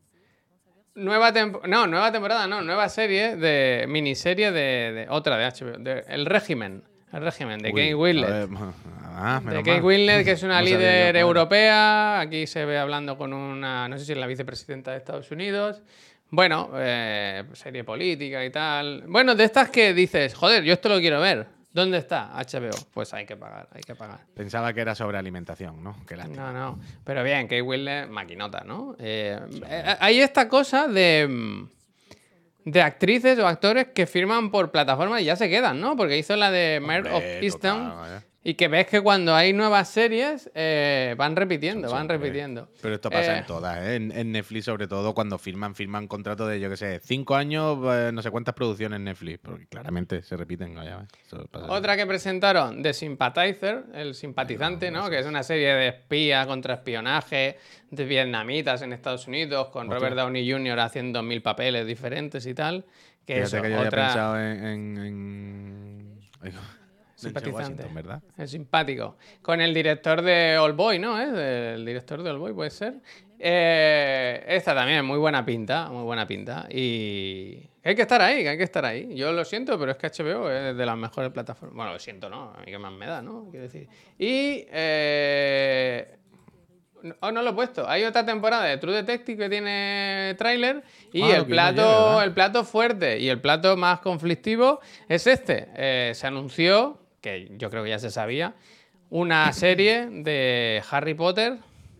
Nueva temporada. No, nueva temporada, no. Nueva serie de. Miniserie de. de- otra de H B O. de- El régimen. El régimen de Uy, Kate a Winslet. ver, ah, De menos Kate mal. Winslet, que es una No sabía yo líder cuál era. europea. Aquí se ve hablando con una. No sé si es la vicepresidenta de Estados Unidos. Bueno, eh, serie política y tal. Bueno, de estas que dices, joder, yo esto lo quiero ver. ¿Dónde está H B O? Pues hay que pagar, hay que pagar. Pensaba que era sobre alimentación, ¿no? Qué lástima. No, no. Pero bien, Kate Winslet, maquinota, ¿no? Eh, eh, hay esta cosa de. mm, De actrices o actores que firman por plataformas y ya se quedan, ¿no? Porque hizo la de Mare of Hombre, Easttown. total, vaya. Y que ves que cuando hay nuevas series eh, van repitiendo, Son van siempre. repitiendo. Pero esto pasa Eh, en todas, ¿eh? En, en Netflix, sobre todo, cuando firman, firman contratos de, yo qué sé, cinco años, eh, no sé cuántas producciones en Netflix. Porque claramente se repiten, vaya, ¿eh? Eso pasa siempre. Otra que presentaron, The Sympathizer, el simpatizante, ¿no? Que es una serie de espía contra espionaje de vietnamitas en Estados Unidos, con Hostia. Robert Downey junior haciendo mil papeles diferentes y tal. Que Fíjate eso, que yo había otra... pensado en... en, en... Ay, Denzel Simpatizante. Washington, ¿verdad? Es simpático. Con el director de All Boy, ¿no? ¿Eh? El director de All Boy, puede ser. Eh, esta también, muy buena pinta, muy buena pinta. Y que hay que estar ahí, que hay que estar ahí. Yo lo siento, pero es que H B O es de las mejores plataformas. Bueno, lo siento, ¿no? A mí que más me da, ¿no? Quiero decir. Y... Eh... Oh, no lo he puesto. Hay otra temporada de True Detective que tiene tráiler y Ah, lo el que vimos ayer, plato, ¿verdad? el plato fuerte y el plato más conflictivo es este. Eh, se anunció, que yo creo que ya se sabía, una serie de Harry Potter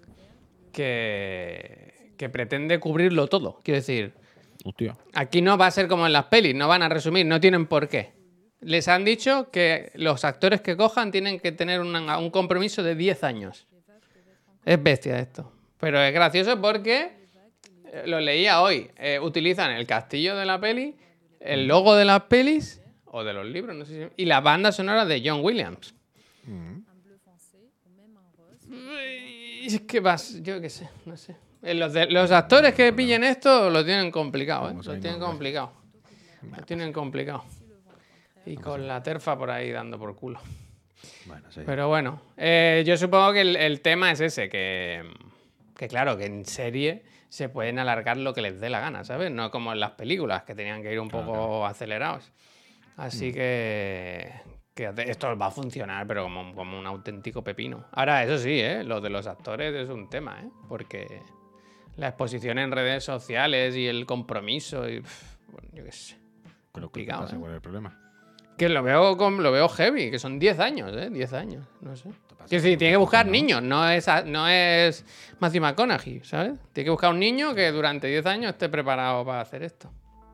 que, que pretende cubrirlo todo. Quiero decir, Hostia. aquí no va a ser como en las pelis, no van a resumir, no tienen por qué. Les han dicho que los actores que cojan tienen que tener una- un compromiso de diez años. Es bestia esto. Pero es gracioso porque, eh, lo leía hoy, eh, utilizan el castillo de la peli, el logo de las pelis, o de los libros, no sé si... Y la banda sonora de John Williams. Y es que vas, yo qué sé, no sé. Eh, Los, de- los actores que pillen esto lo tienen complicado, ¿eh? Vamos Lo ahí, tienen no, complicado. Lo tienen complicado. Y con la terfa por ahí dando por culo. Bueno, sí. Pero bueno, eh, yo supongo que el, el tema es ese, que, que claro, que en serie se pueden alargar lo que les dé la gana, ¿sabes? No como en las películas, que tenían que ir un poco acelerados. Así que, que esto va a funcionar, pero como, como un auténtico pepino. Ahora, eso sí, ¿eh? Lo de los actores es un tema, ¿eh? Porque la exposición en redes sociales y el compromiso, y, pff, bueno, yo qué sé, Pero ¿qué complicado, pasa? ¿eh? ¿Cuál es el problema? Que lo veo, con, lo veo heavy, que son diez años, ¿eh? diez años, no sé. pasa? Que sí, tiene que buscar ¿No? niños, no es, a- no es Matthew McConaughey, ¿sabes? Tiene que buscar un niño que durante diez años esté preparado para hacer esto.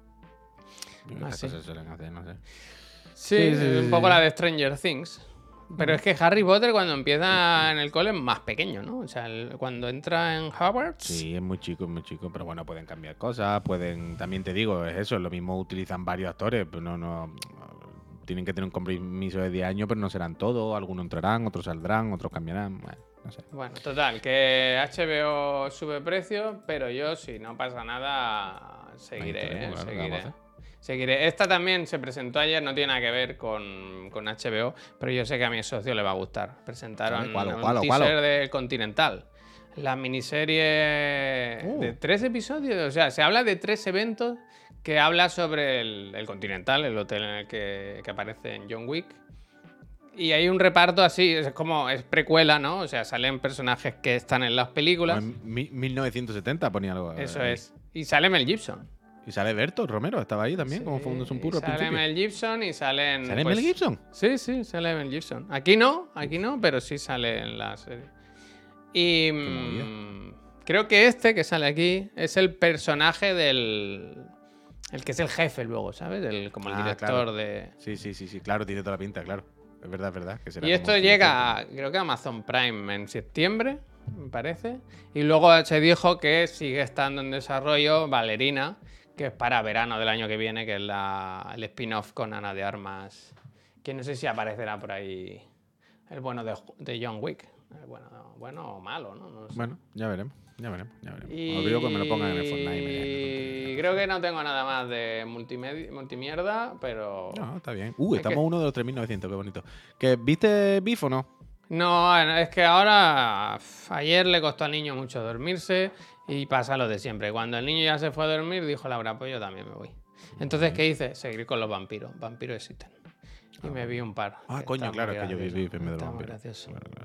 Yo, Ah, Estas sí. cosas suelen hacer, no sé. Sí, Sí, sí, es sí, un poco sí. la de Stranger Things. Pero es que Harry Potter cuando empieza en el cole es más pequeño, ¿no? O sea, el- cuando entra en Hogwarts... Sí, es muy chico, es muy chico, pero bueno, pueden cambiar cosas, pueden, también te digo, es eso, lo mismo utilizan varios actores, pero no, no, tienen que tener un compromiso de diez años, pero no serán todos, algunos entrarán, otros saldrán, otros cambiarán, bueno, no sé. Bueno, total, que H B O sube precio, pero yo, si no pasa nada, seguiré, Ahí ¿eh? estaremos, claro, ¿qué seguiré. vamos a hacer? Seguiré. Esta también se presentó ayer, no tiene nada que ver con, con H B O, pero yo sé que a mi socio le va a gustar. Presentaron ¿Vale? ¿Cuál, un cuál, teaser cuál? del Continental. La miniserie Uh. de tres episodios, o sea, se habla de tres eventos que habla sobre el, el Continental, el hotel en el que, que aparece en John Wick. Y hay un reparto así, es como, es precuela, ¿no? O sea, salen personajes que están en las películas. En mi- mil novecientos setenta ponía algo. Eso ahí. es. Y sale Mel Gibson. Y sale Berto Romero, estaba ahí también, como fue un puro al Sale principio. Mel Gibson y salen. ¿Sale pues- Mel Gibson? Sí, sí, sale Mel Gibson. Aquí no, aquí no, pero sí sale en la serie. Y movida. mm, creo que este que sale aquí es el personaje del. El que es el jefe luego, ¿sabes? El, como el Ah, director claro. de. Sí, sí, sí, sí, claro, tiene toda la pinta, claro. Es verdad, es verdad. Que será Y como esto un llega, a- creo que a Amazon Prime en septiembre, me parece. Y luego se dijo que sigue estando en desarrollo Valerina, que que es para verano del año que viene, que es la, el spin-off con Ana de Armas, que no sé si aparecerá por ahí el bueno de, de John Wick. El bueno, bueno o malo, ¿no? No sé. Bueno, ya veremos, ya veremos, ya veremos. Y... Os digo que me lo pongan en el Fortnite. Y creo que no tengo nada más de multimedia, multimierda, pero... No, está bien. Uh, Es estamos que- uno de los tres mil novecientos, qué bonito. ¿Que viste Beef o no? No, es que ahora... pf, Ayer le costó al niño mucho dormirse y pasa lo de siempre. Cuando el niño ya se fue a dormir, dijo Laura, pues yo también me voy. Entonces, ¿qué hice? Seguir con los vampiros. Vampiros existen. Y me vi un par. Ah, que coño, está claro, muy es que yo vi gracioso. Beef en vez de los Está muy vampiros. gracioso. Claro, claro.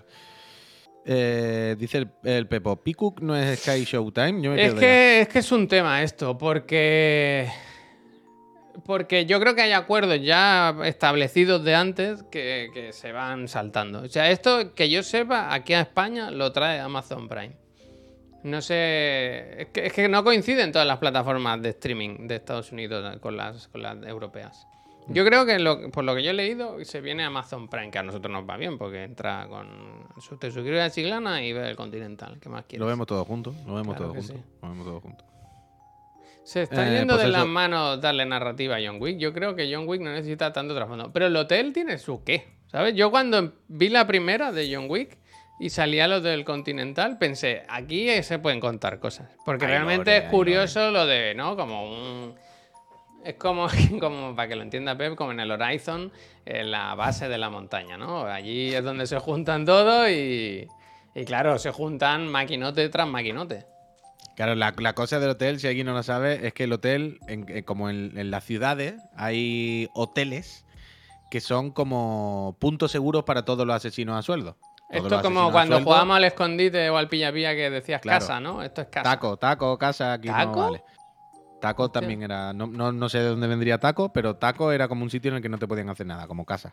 Eh, dice el, el Pepo, Peacock no es Sky Showtime. Yo me Es quedo ya. que, es que es un tema esto, porque... Porque yo creo que hay acuerdos ya establecidos de antes que, que se van saltando. O sea, esto que yo sepa, aquí a España lo trae Amazon Prime. No sé... Es que, es que no coinciden todas las plataformas de streaming de Estados Unidos con las, con las europeas. Yo creo que lo- por lo que yo he leído, se viene Amazon Prime, que a nosotros nos va bien, porque entra con... Te suscribes a Chiclana y ves el Continental. ¿Qué más quieres? Lo vemos todos juntos, lo vemos Claro todos que juntos. Lo vemos todos juntos. Se está Eh, yendo pues de eso. las manos darle narrativa a John Wick. Yo creo que John Wick no necesita tanto trasfondo. Pero el hotel tiene su qué, ¿sabes? Yo cuando vi la primera de John Wick y salía lo del Continental, pensé, aquí se pueden contar cosas. Porque Hay realmente lore, es hay curioso lo de, ¿no? Como un... Es como, como, para que lo entienda Pep, como en el Horizon, en la base de la montaña, ¿no? Allí es donde se juntan todos y... Y claro, se juntan maquinote tras maquinote. Claro, la, la cosa del hotel, si alguien no lo sabe, es que el hotel, en- en- como en, en las ciudades, hay hoteles que son como puntos seguros para todos los asesinos a sueldo. Todos Esto los es como asesinos a cuando sueldo, jugábamos al escondite o al pilla-pilla que decías Claro. casa, ¿no? Esto es casa. Taco, taco, casa, aquí ¿Taco? no vale. Taco Hostia. también era. No, no, no sé de dónde vendría taco, pero taco era como un sitio en el que no te podían hacer nada, como casa.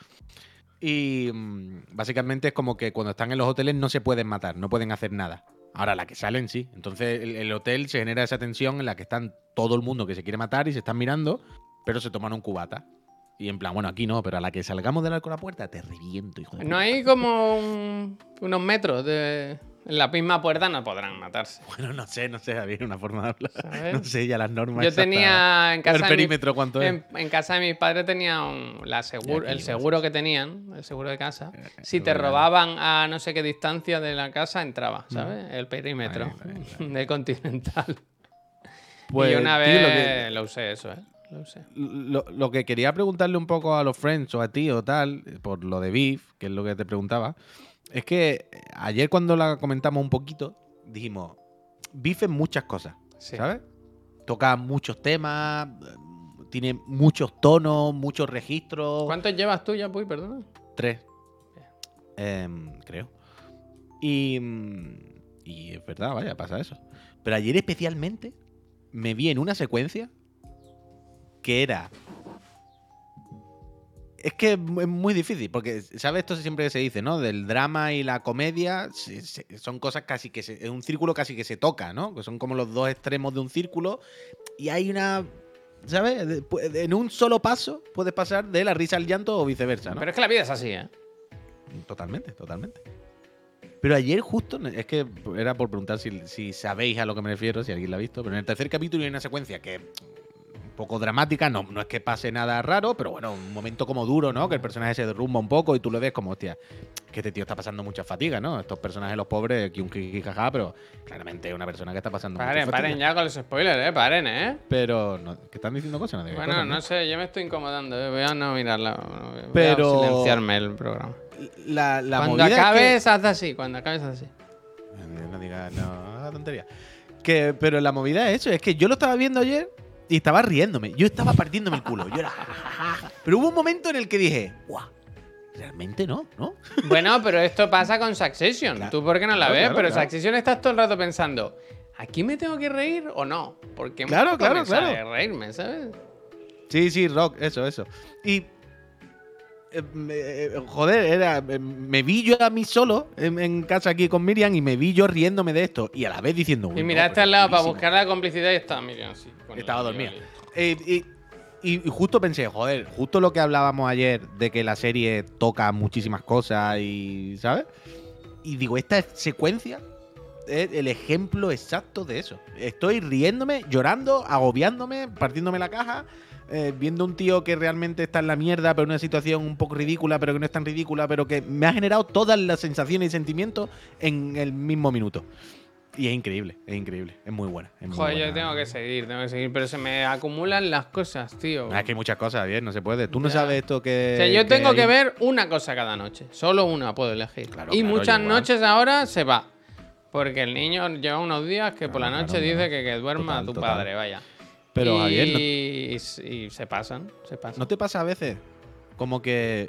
Y mm, básicamente es como que cuando están en los hoteles no se pueden matar, no pueden hacer nada. Ahora, la que salen sí. Entonces el, el hotel se genera esa tensión en la que están todo el mundo que se quiere matar y se están mirando, pero se toman un cubata. Y en plan, bueno, aquí no, pero a la que salgamos del arco de la puerta te reviento, hijo de No puta. hay como un- unos metros de... En la misma puerta no podrán matarse. Bueno, no sé, no sé, había una forma de hablar. ¿Sabes? No sé ya las normas. Yo exactas. tenía en casa... El de mi- perímetro, ¿cuánto es? en, en casa de mis padres tenía un- la seguro, Y aquí el no seguro sé. que tenían, el seguro de casa. Eh, Si te bueno. robaban a no sé qué distancia de la casa, entraba, ¿sabes? El perímetro Ahí, ahí, ahí. de Continental. Pues, y yo una tío, vez lo que- lo usé eso, ¿eh? Lo usé. Lo, lo que quería preguntarle un poco a los friends o a ti o tal, por lo de Beef, que es lo que te preguntaba, es que ayer cuando la comentamos un poquito, dijimos, Beef es muchas cosas, Sí. ¿sabes? Toca muchos temas, tiene muchos tonos, muchos registros. ¿Cuántos llevas tú ya, Puy? Perdona. Tres. Em, creo. Y, mm, y es verdad, vaya, pasa eso. Pero ayer especialmente me vi en una secuencia que era... Es que es mu- es muy difícil, porque, ¿sabes? Esto siempre se dice, ¿no? Del drama y la comedia se- se- son cosas casi que se... Es un círculo casi que se toca, ¿no? Que son como los dos extremos de un círculo y hay una... ¿Sabes? De- pu- En un solo paso puedes pasar de la risa al llanto o viceversa, ¿no? Pero es que la vida es así, ¿eh? Totalmente, totalmente. Pero ayer justo, es que era por preguntar si, si sabéis a lo que me refiero, si alguien la ha visto, pero en el tercer capítulo hay una secuencia que es un poco dramática, no, no es que pase nada raro, pero bueno, un momento como duro, ¿no? Que el personaje se derrumba un poco y tú lo ves como, hostia, que este tío está pasando mucha fatiga, ¿no? Estos personajes, los pobres, aquí un jiji jaja, pero claramente es una persona que está pasando Paren, mucha paren fatiga. ya con los spoilers, ¿eh? Paren, ¿eh? Pero, no, que están diciendo cosas, no digo Bueno, cosas, no sé, yo me estoy incomodando, ¿eh? Voy a no mirarla. Voy a Pero- silenciarme el programa. La, la Cuando movida es que- acabes, haz así. Cuando acabes, haz así. No digas, no, no, tontería. Que, pero la movida es eso, es que yo lo estaba viendo ayer y estaba riéndome. Yo estaba partiéndome el culo. Yo era ja, ja, ja, ja. Pero hubo un momento en el que dije, guau, realmente no, ¿no? Bueno, pero esto pasa con Succession. Claro. ¿Tú por qué no la Claro, ves? claro, pero claro. Succession estás todo el rato pensando, ¿aquí me tengo que reír o no? Porque Claro, muy poco claro, me sale claro. reírme, ¿sabes? Sí, sí, rock, eso, eso. Y. eh, me- eh, joder, era. eh, Me vi yo a mí solo en, en casa aquí con Miriam y me vi yo riéndome de esto y a la vez diciendo. "Uy, Y no, miraste pero al lado para buenísimo". buscar la complicidad y estaba Miriam así. con Estaba el dormida. violín. Eh, y, y- y justo pensé, joder, justo lo que hablábamos ayer de que la serie toca muchísimas cosas y. ¿Sabes? Y digo, esta secuencia es el ejemplo exacto de eso. Estoy riéndome, llorando, agobiándome, partiéndome la caja, eh, viendo un tío que realmente está en la mierda, pero en una situación un poco ridícula, pero que no es tan ridícula, pero que me ha generado todas las sensaciones y sentimientos en el mismo minuto. Y es increíble, es increíble, es muy buena. Es muy Joder, buena. yo tengo que seguir, tengo que seguir, pero se me acumulan las cosas, tío. Ah, es que hay muchas cosas, bien, no se puede. Tú no Ya. sabes esto que. O sea, yo tengo hay- que ver una cosa cada noche. Solo una puedo elegir. Claro, y claro, muchas yo igual. noches ahora se va. Porque el niño lleva unos días que por la Claro, noche claro, dice claro. que, que duerma Total, tu total. padre, vaya. Pero, y, Javier, ¿no- y, y se pasan, se pasan. ¿No te pasa a veces como que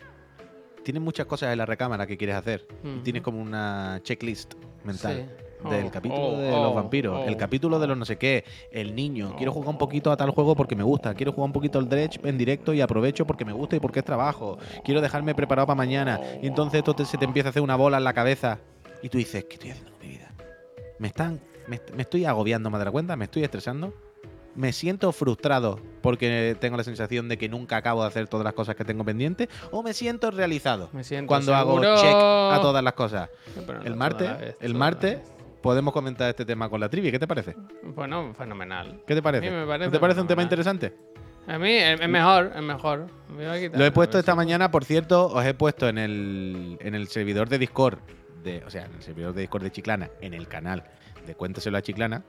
tienes muchas cosas en la recámara que quieres hacer? Y Ujú. tienes como una checklist mental. Sí. Del Oh, capítulo oh, de oh, los vampiros, oh, el capítulo de los no sé qué, el niño. Quiero jugar un poquito a tal juego porque me gusta. Quiero jugar un poquito al Dredge en directo y aprovecho porque me gusta y porque es trabajo. Quiero dejarme preparado para mañana. Y entonces esto te- se te empieza a hacer una bola en la cabeza. Y tú dices, ¿qué estoy haciendo con mi vida? Me están, me, me estoy agobiando más de la cuenta, me estoy estresando. Me siento frustrado porque tengo la sensación de que nunca acabo de hacer todas las cosas que tengo pendientes. O me siento realizado Me siento cuando hago seguro. check a todas las cosas. Pero no El toda martes, la vez, el toda martes la vez. podemos comentar este tema con la trivia. ¿Qué te parece? Bueno, fenomenal. ¿Qué te parece? A mí me parece ¿No te parece un tema fenomenal. interesante? A mí es, es mejor, es mejor. Me voy a quitar, Lo he a puesto ver esta si- mañana, por cierto, os he puesto en el, en el servidor de Discord, de, o sea, en el servidor de Discord de Chiclana, en el canal de Cuéntaselo a Chiclana.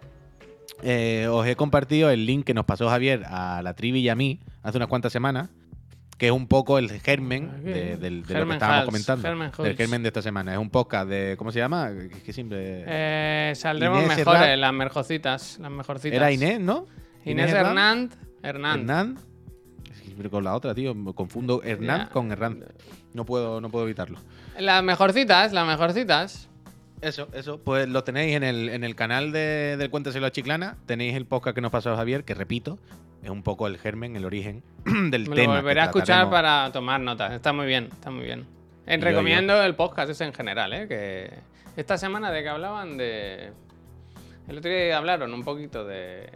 Eh, os he compartido el link que nos pasó Javier a la trivia y a mí hace unas cuantas semanas, que es un poco el germen de, del- de lo que Germen estábamos Hals, comentando. Germen Del Hals. germen de esta semana. Es un podcast de. ¿Cómo se llama? Que, que siempre. Eh, saldremos Inés mejores, Hernán. las mejorcitas, las mejorcitas. Era Inés, ¿no? Inés Hernán. Hernán. Hernán. Hernán. Es que siempre con la otra, tío. Me confundo Hernán Ya. con Hernán. No puedo, no puedo evitarlo. Las mejorcitas, las mejorcitas. Eso, eso. Pues lo tenéis en el, en el canal de, del Cuéntaselo a Chiclana. Tenéis el podcast que nos pasó Javier, que repito, es un poco el germen, el origen del Me tema. lo volveré que a escuchar trataremos. para tomar notas. Está muy bien, está muy bien. Eh, Yo, recomiendo el podcast ese en general, ¿eh? Que esta semana de que hablaban de... El otro día hablaron un poquito de,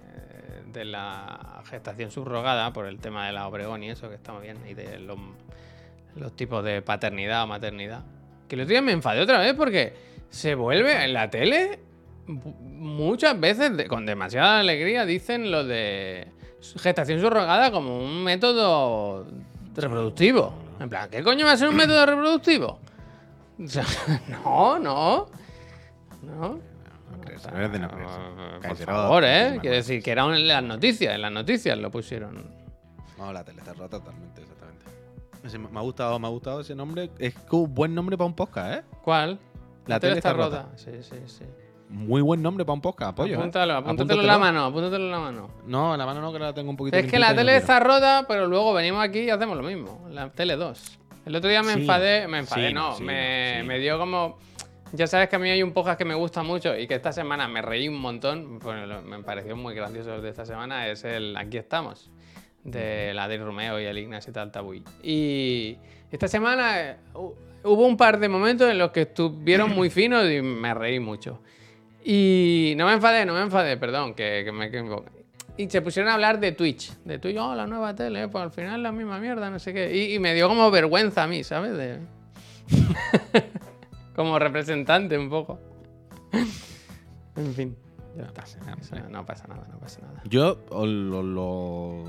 de la gestación subrogada por el tema de la Obregón y eso, que está muy bien, y de los, los tipos de paternidad o maternidad. Que el otro día me enfadé otra vez porque se vuelve en la tele bu- muchas veces, de- con demasiada alegría, dicen lo de gestación subrogada como un método reproductivo. En plan, ¿qué coño va a ser un método reproductivo? O sea, no, no. No. No creerse, no eres de no creerse. Por Caicero, favor, ¿eh? muchísimas Quiero gracias. decir que era en las noticias, en las noticias lo pusieron. No, la tele está rota totalmente, exactamente. Ese- me ha gustado, me ha gustado ese nombre. Es un buen nombre para un podcast, ¿eh? ¿Cuál? La tele está rota. Sí, sí, sí. Muy buen nombre para un podcast, apoyo. ¿eh? Apúntalo, apúntatelo en la mano, apúntatelo en la mano. No, en la mano no, que la tengo un poquito. Es que limpita la y no tele quiero. está rota, pero luego venimos aquí y hacemos lo mismo. La tele dos. El otro día me Sí, enfadé, me enfadé, sí, no, sí, me, sí. me dio como... Ya sabes que a mí hay un podcast que me gusta mucho y que esta semana me reí un montón, pues lo- me pareció muy gracioso el de esta semana, es el Aquí estamos, de la de Romeo y el Ignacio Taltabuy. Y esta semana eh, hu- hubo un par de momentos en los que estuvieron muy finos y me reí mucho. Y no me enfadé, no me enfadé, perdón, que, que me equivoqué. Y se pusieron a hablar de Twitch. De Twitch, oh, la nueva tele, pues al final es la misma mierda, no sé qué. Y, y me dio como vergüenza a mí, ¿sabes? De... como representante un poco. En fin. Ya está. pasa nada, Eso, hombre. no pasa nada, no pasa nada. Yo os lo, lo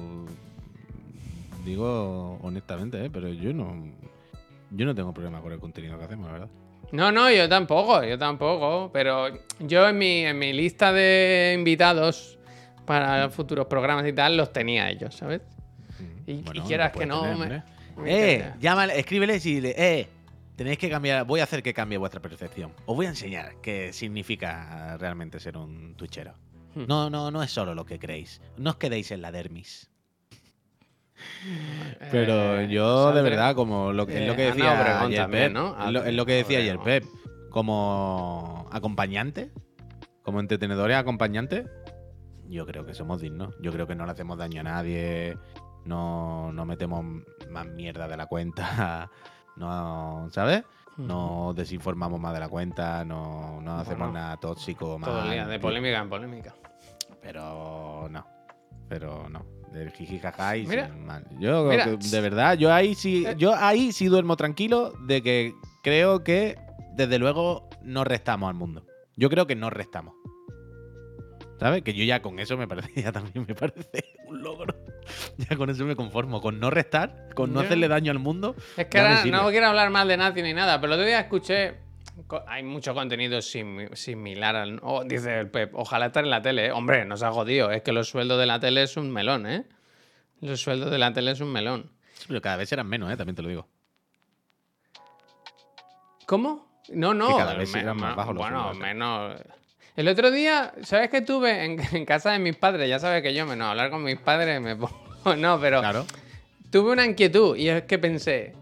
digo honestamente, ¿eh? Pero yo no, yo no tengo problema con el contenido que hacemos, la verdad. No, no, yo tampoco, yo tampoco. Pero yo en mi, en mi lista de invitados para futuros programas y tal, los tenía ellos, ¿sabes? Y, y Bueno, quieras lo que puedes no, tener, me, hombre. me Eh, interesa. llámale, escríbeles y dile, eh, tenéis que cambiar, voy a hacer que cambie vuestra percepción. Os voy a enseñar qué significa realmente ser un twitchero. Hmm. No, no, no es solo lo que creéis. No os quedéis en la dermis. Pero Eh, yo, de saldré- verdad, como lo, que- es lo que Eh, decía Ana Obregón ayer también, Pep, ¿no? es lo, es lo que Ana decía ayer Obregón. Pep, como acompañante, como entretenedores acompañantes, yo creo que somos dignos. Yo creo que no le hacemos daño a nadie, no, no metemos más mierda de la cuenta, no, ¿sabes? No desinformamos más de la cuenta, no, no hacemos Bueno, nada tóxico, más. Todo el día, de polémica en polémica. Pero no. Pero no. Del jiji jaja y Mira. sin mal. Yo Mira. creo que, de verdad, yo ahí sí, Eh. yo ahí sí duermo tranquilo de que creo que desde luego no restamos al mundo. Yo creo que no restamos. ¿Sabes? Que yo ya con eso me parece, ya también me parece un logro. Ya con eso me conformo. Con no restar, con no Yo- hacerle daño al mundo. Es que ya me ahora sirve. no quiero hablar mal de Nazi ni nada, pero el otro día escuché. co- Hay mucho contenido simi- similar al. Oh, dice el Pep, ojalá estar en la tele, ¿eh? Hombre, no se ha jodido. Es que los sueldos de la tele es un melón, ¿eh? Los sueldos de la tele es un melón. Sí, pero cada vez serán menos, ¿eh? También te lo digo. ¿Cómo? No, no. Que cada vez me- serán más ma- bajos los Bueno, sueldos de la tele. menos. El otro día, ¿sabes qué tuve en, en casa de mis padres? Ya sabes que yo, menos hablar con mis padres, me pongo. No, pero. Claro. Tuve una inquietud y es que pensé.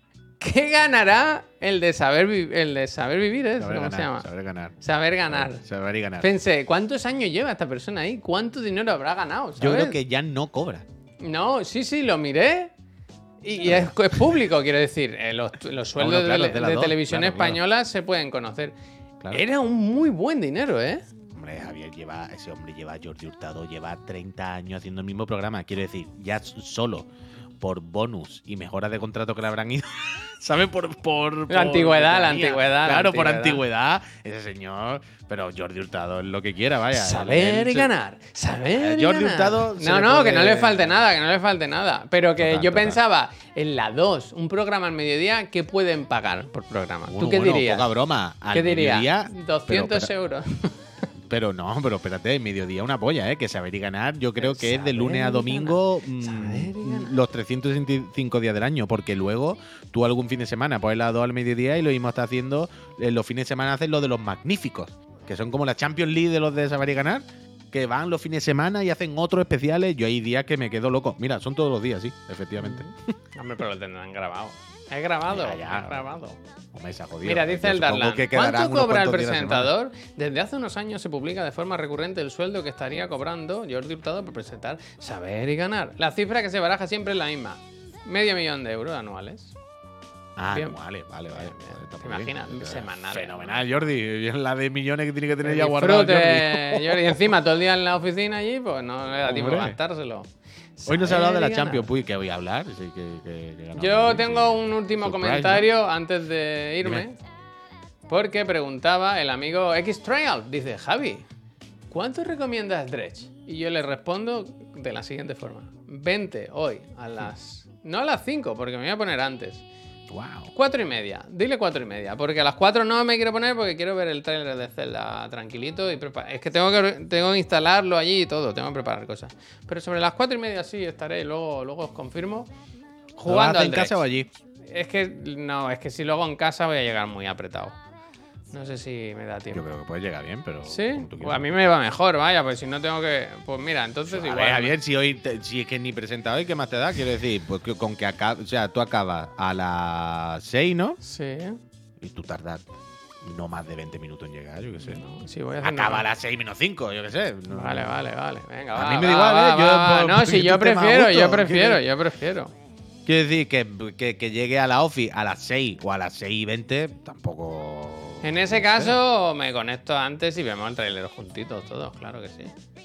¿Qué ganará el de saber, vi- el de saber vivir? ¿eh? Saber ¿Cómo ganar, se llama? saber ganar. Saber ganar. Saber y ganar. Pensé, ¿cuántos años lleva esta persona ahí? ¿Cuánto dinero habrá ganado? Yo ¿sabes? creo que ya no cobra. No, sí, sí, lo miré. Y, y es, es público, quiero decir. eh, los, los sueldos Bueno, claro, de, es de las de dos, televisión claro, claro. española se pueden conocer. Claro. Era un muy buen dinero, ¿eh? Hombre, Javier lleva, ese hombre lleva, Jordi Hurtado lleva treinta años haciendo el mismo programa. Quiero decir, ya s- solo por bonus y mejoras de contrato que le habrán ido. ¿Sabes? Por, por, por antigüedad, la veteranía. antigüedad, la Claro, por antigüedad. antigüedad. Ese señor. Pero Jordi Hurtado es lo que quiera, vaya. Saber Él y se- ganar. Saber y Jordi ganar. Hurtado se No, le no, puede- que no le falte nada, que no le falte nada. Pero que Total, yo total. pensaba, en la dos, un programa al mediodía, ¿qué pueden pagar por programa? Bueno, ¿Tú qué bueno, dirías? Poca broma. Al ¿Qué dirías? mediodía, doscientos pero, euros. Pero no, pero espérate, mediodía una polla, ¿eh? Que saber y ganar, yo creo que es de Saber lunes y a domingo ganar. mm, Saber y ganar. los trescientos sesenta y cinco días del año, porque luego tú algún fin de semana pones las dos al mediodía y lo mismo está haciendo, eh, los fines de semana hacen lo de los magníficos, que son como la Champions League de los de saber y ganar, que van los fines de semana y hacen otros especiales. Yo hay días que me quedo loco. Mira, son todos los días, sí, efectivamente. Hombre, pero lo tendrán grabado. He grabado, Ya, ya. he grabado. Hombre, se ha jodido. Mira, dice Yo el supongo Darlan. que quedarán ¿Cuánto unos cobra el cuantos días a la semana. presentador? Desde hace unos años se publica de forma recurrente el sueldo que estaría cobrando Jordi Hurtado por presentar Saber y Ganar. La cifra que se baraja siempre es la misma. Medio millón de euros anuales. Ah, Bien. no, vale, vale, vale. Bien, Joder, bien. está ¿Te muy bien. imaginas? Eh, Semanal. Fenomenal, Jordi. La de millones que tiene que tener Que ya guardado. disfrute, Jordi. Jordi. Y encima todo el día en la oficina allí, pues no le da tiempo a Hombre. gastárselo. Hoy no se ha hablado de la Saber y ganar. Champions, Puy, que voy a hablar. Sí, que, que- que ganamos Yo Madrid, tengo sí. un último Surprise, comentario antes de irme. Dime. Porque preguntaba el amigo X-Trail. Dice, Javi, ¿cuánto recomiendas Dredge? Y yo le respondo de la siguiente forma. Vente hoy a las... No a las cinco, porque me voy a poner antes. ¿no? Wow. Cuatro y media. Dile cuatro y media. Porque a las cuatro no me quiero poner porque quiero ver el tráiler de Zelda tranquilito y preparar. Es que tengo que tengo que instalarlo allí y todo. Tengo que preparar cosas. Pero sobre las cuatro y media sí estaré. Luego, luego os confirmo. ¿Lo vas a Jugando hacer al en casa Dredge. o allí? Es que no, es que si lo hago en casa voy a llegar muy apretado. No sé si me da tiempo. Yo creo que puedes llegar bien, pero. ¿Sí? como tú Pues quieras. a mí me va mejor, vaya, pues si no tengo que. Pues mira, entonces A igual. ver, Javier, si hoy te- si es que ni presenta hoy, ¿qué más te da? Quiero decir, pues que con que acaba, o sea, tú acabas a las seis, ¿no? Sí. Y tú tardas no más de veinte minutos en llegar, yo qué sé. No, sí, voy haciendo- Acaba a las seis menos cinco, yo qué sé. No- Vale, vale, vale. Venga, A va, mí me va, da igual, va, ¿eh? Yo, va, va. por- No, porque si yo tú te más a prefiero, gusto, yo ¿qué prefiero, quieres? yo prefiero. Quiero decir que, que, que llegue a la office a las seis o a las seis y veinte, tampoco. En ese caso me conecto antes y vemos el trailer juntitos todos, claro que sí.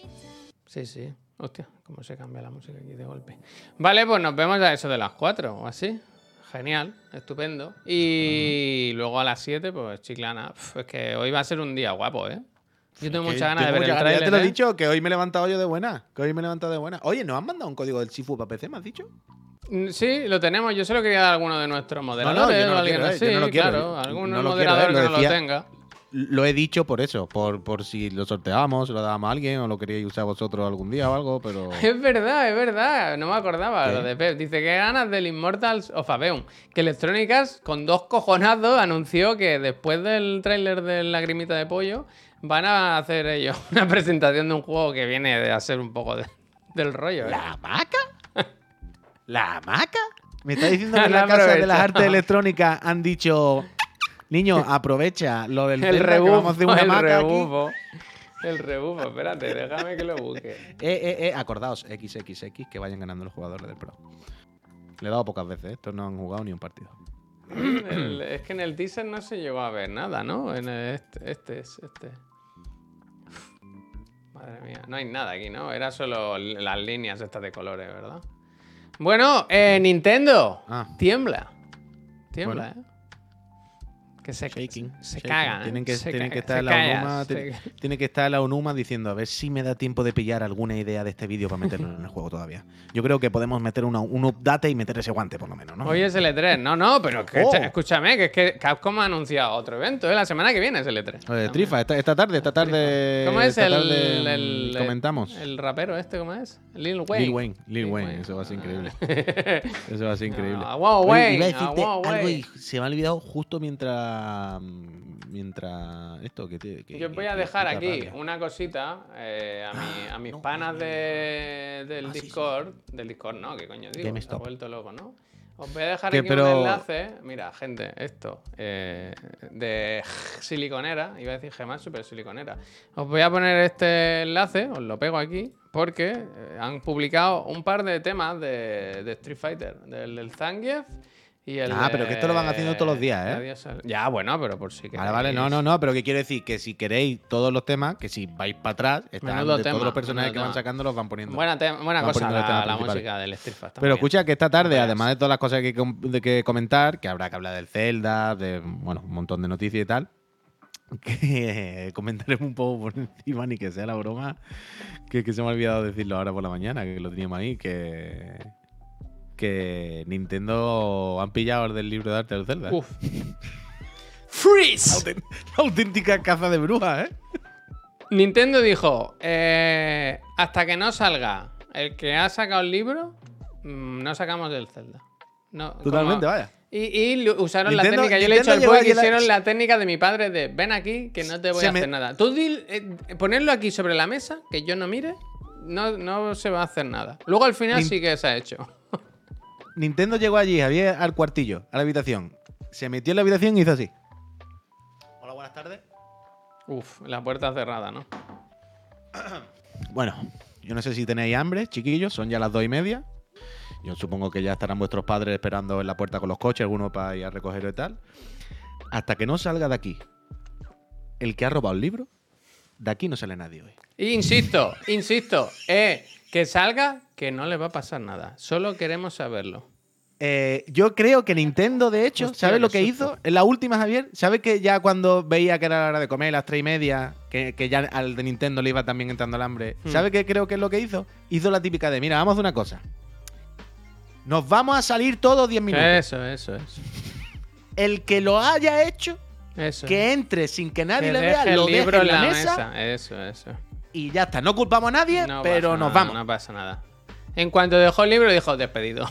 Sí, sí. Hostia, cómo se cambia la música aquí de golpe. Vale, pues nos vemos a eso de las cuatro o así. Genial, estupendo. Y luego a las siete, pues Chiclana. Uf, es que hoy va a ser un día guapo, ¿eh? Yo tengo Que muchas ganas de tengo ver el muchas ganas. trailer. Ya te lo he ¿eh? dicho, que hoy me he levantado yo de buena. Que hoy me he levantado de buena. Oye, ¿nos han mandado un código del Sifu para P C, me has dicho? Mm, Sí, lo tenemos. Yo se lo quería dar a alguno de nuestros moderadores. yo no o lo alguien quiero, eh, así, yo no lo quiero. claro. Algún No lo quiero, moderador eh, lo que no lo decía- tenga. Lo he dicho por eso, por, por si lo sorteábamos, se lo dábamos a alguien o lo queríais usar vosotros algún día o algo, pero. Es verdad, es verdad. No me acordaba ¿Qué? lo de Pep. Dice que ganas del Immortals of Aveum. Que Electronic Arts, con dos cojonazos, anunció que después del tráiler de Lagrimita de Pollo, van a hacer ellos una presentación de un juego que viene de a ser un poco de- del rollo. ¿eh? ¿La hamaca? ¿La hamaca? ¿Me está diciendo que Han la Casa de las aprovechado. Artes Electrónicas han dicho, niño, aprovecha lo del El Zelda, que vamos a hacer rebufo, una el hamaca aquí? rebufo. El rebufo, espérate, déjame que lo busque. Eh, eh, eh, acordaos, equis equis equis, que vayan ganando los jugadores del Pro. Le he dado pocas veces, ¿eh? Estos no han jugado ni un partido. El- es que en el teaser no se llegó a ver nada, ¿no? En el- este, este es este. Madre mía, no hay nada aquí, ¿no? Era solo l- las líneas estas de colores, ¿verdad? Bueno, eh, Nintendo. Ah. Tiembla. Tiembla, ¿eh? Que se, Shaking, se shaking. cagan. Tienen que, se tienen que cagan, estar se la callan, Onuma, se- tiene, tiene que estar la Onuma diciendo a ver si me da tiempo de pillar alguna idea de este vídeo para meterlo en el juego todavía. Yo creo que podemos meter una, un update y meter ese guante por lo menos, ¿no? Hoy es el E tres. No, no, pero que, Oh. escúchame, que es que Capcom ha anunciado otro evento, ¿eh? La semana que viene es el E tres. Oye, Trifa, esta, esta tarde, esta tarde. ¿Cómo es esta el, tarde, mm, el- comentamos. El rapero este, ¿cómo es? Lil Wayne. Lil Wayne, Lil Wayne, eso va a ser increíble. Eso va a ser increíble. Ah, wow, Oye, Wayne, iba a ah, decirte wow, algo y Wayne. se me ha olvidado justo mientras. Mientras. Esto que te. que- Yo que- voy a que dejar puta aquí rabia. una cosita eh, a, mi- a mis no, panas no, de, del Ah, sí, sí. Discord. Del Discord, no, ¿qué coño digo? Se ha GameStop. vuelto loco, ¿no? Os voy a dejar Que, aquí pero- un enlace. Mira, gente, esto. eh, de siliconera. Iba a decir Gemas super siliconera. Os voy a poner este enlace, os lo pego aquí, porque eh, han publicado un par de temas de, de Street Fighter. Del, del Zangief y el. Ah, pero que esto lo van haciendo todos los días, ¿eh? Adiós al- Ya, bueno, pero por si queréis. Vale, vale, no, no, no, pero que quiero decir que si queréis todos los temas, que si vais para atrás, están Menudo de tema, todos los personajes menudo que van tema. sacando los van poniendo. Buena, te- buena Van cosa poniendo los temas la, la principales. música del Street Fighter. Pero escucha que esta tarde, Veas. además de todas las cosas que, hay que com- de que comentar, que habrá que hablar del Zelda, de bueno, un montón de noticias y tal, que comentaremos un poco por encima, ni que sea la broma, que, que se me ha olvidado decirlo ahora por la mañana, que lo teníamos ahí, que, que Nintendo han pillado el del libro de arte del Zelda. Uf. Freeze. Autent- auténtica caza de brujas, ¿eh? Nintendo dijo, eh, hasta que no salga el que ha sacado el libro, mm, no sacamos del Zelda. No, Totalmente, como- vaya. Y, y lo- usaron Nintendo- la técnica, yo le he dicho Nintendo al llegó boy que allí la- hicieron la técnica de mi padre de ven aquí que no te voy Se a me- hacer nada. Tú di- eh, ponerlo aquí sobre la mesa, que yo no mire, no, no se va a hacer nada. Luego al final Nin- sí que se ha hecho. Nintendo llegó allí, Javier, al cuartillo, a la habitación. Se metió en la habitación y hizo así. Hola, buenas tardes. Uf, la puerta cerrada, ¿no? Bueno, yo no sé si tenéis hambre, chiquillos, son ya las dos y media. Yo supongo que ya estarán vuestros padres esperando en la puerta con los coches, algunos para ir a recogerlo y tal. Hasta que no salga de aquí el que ha robado el libro, de aquí no sale nadie hoy. Insisto, insisto, eh, que salga, que no le va a pasar nada. Solo queremos saberlo. Eh, yo creo que Nintendo, de hecho, Hostia, ¿sabes lo qué que susto. hizo? En la última, Javier, ¿sabes que ya cuando veía que era la hora de comer, las tres y media, que, que ya al de Nintendo le iba también entrando el hambre? Hmm. ¿Sabes qué creo que es lo que hizo? Hizo la típica de, mira, vamos a hacer una cosa. Nos vamos a salir todos diez minutos. Eso, eso, eso. El que lo haya hecho, Eso. que entre sin que nadie Que le deje vea, el lo deje libro en la, mesa, Eso, eso. y ya está. No culpamos a nadie, No pero pasa nos nada, vamos. No pasa nada. En cuanto dejó el libro, dijo despedido.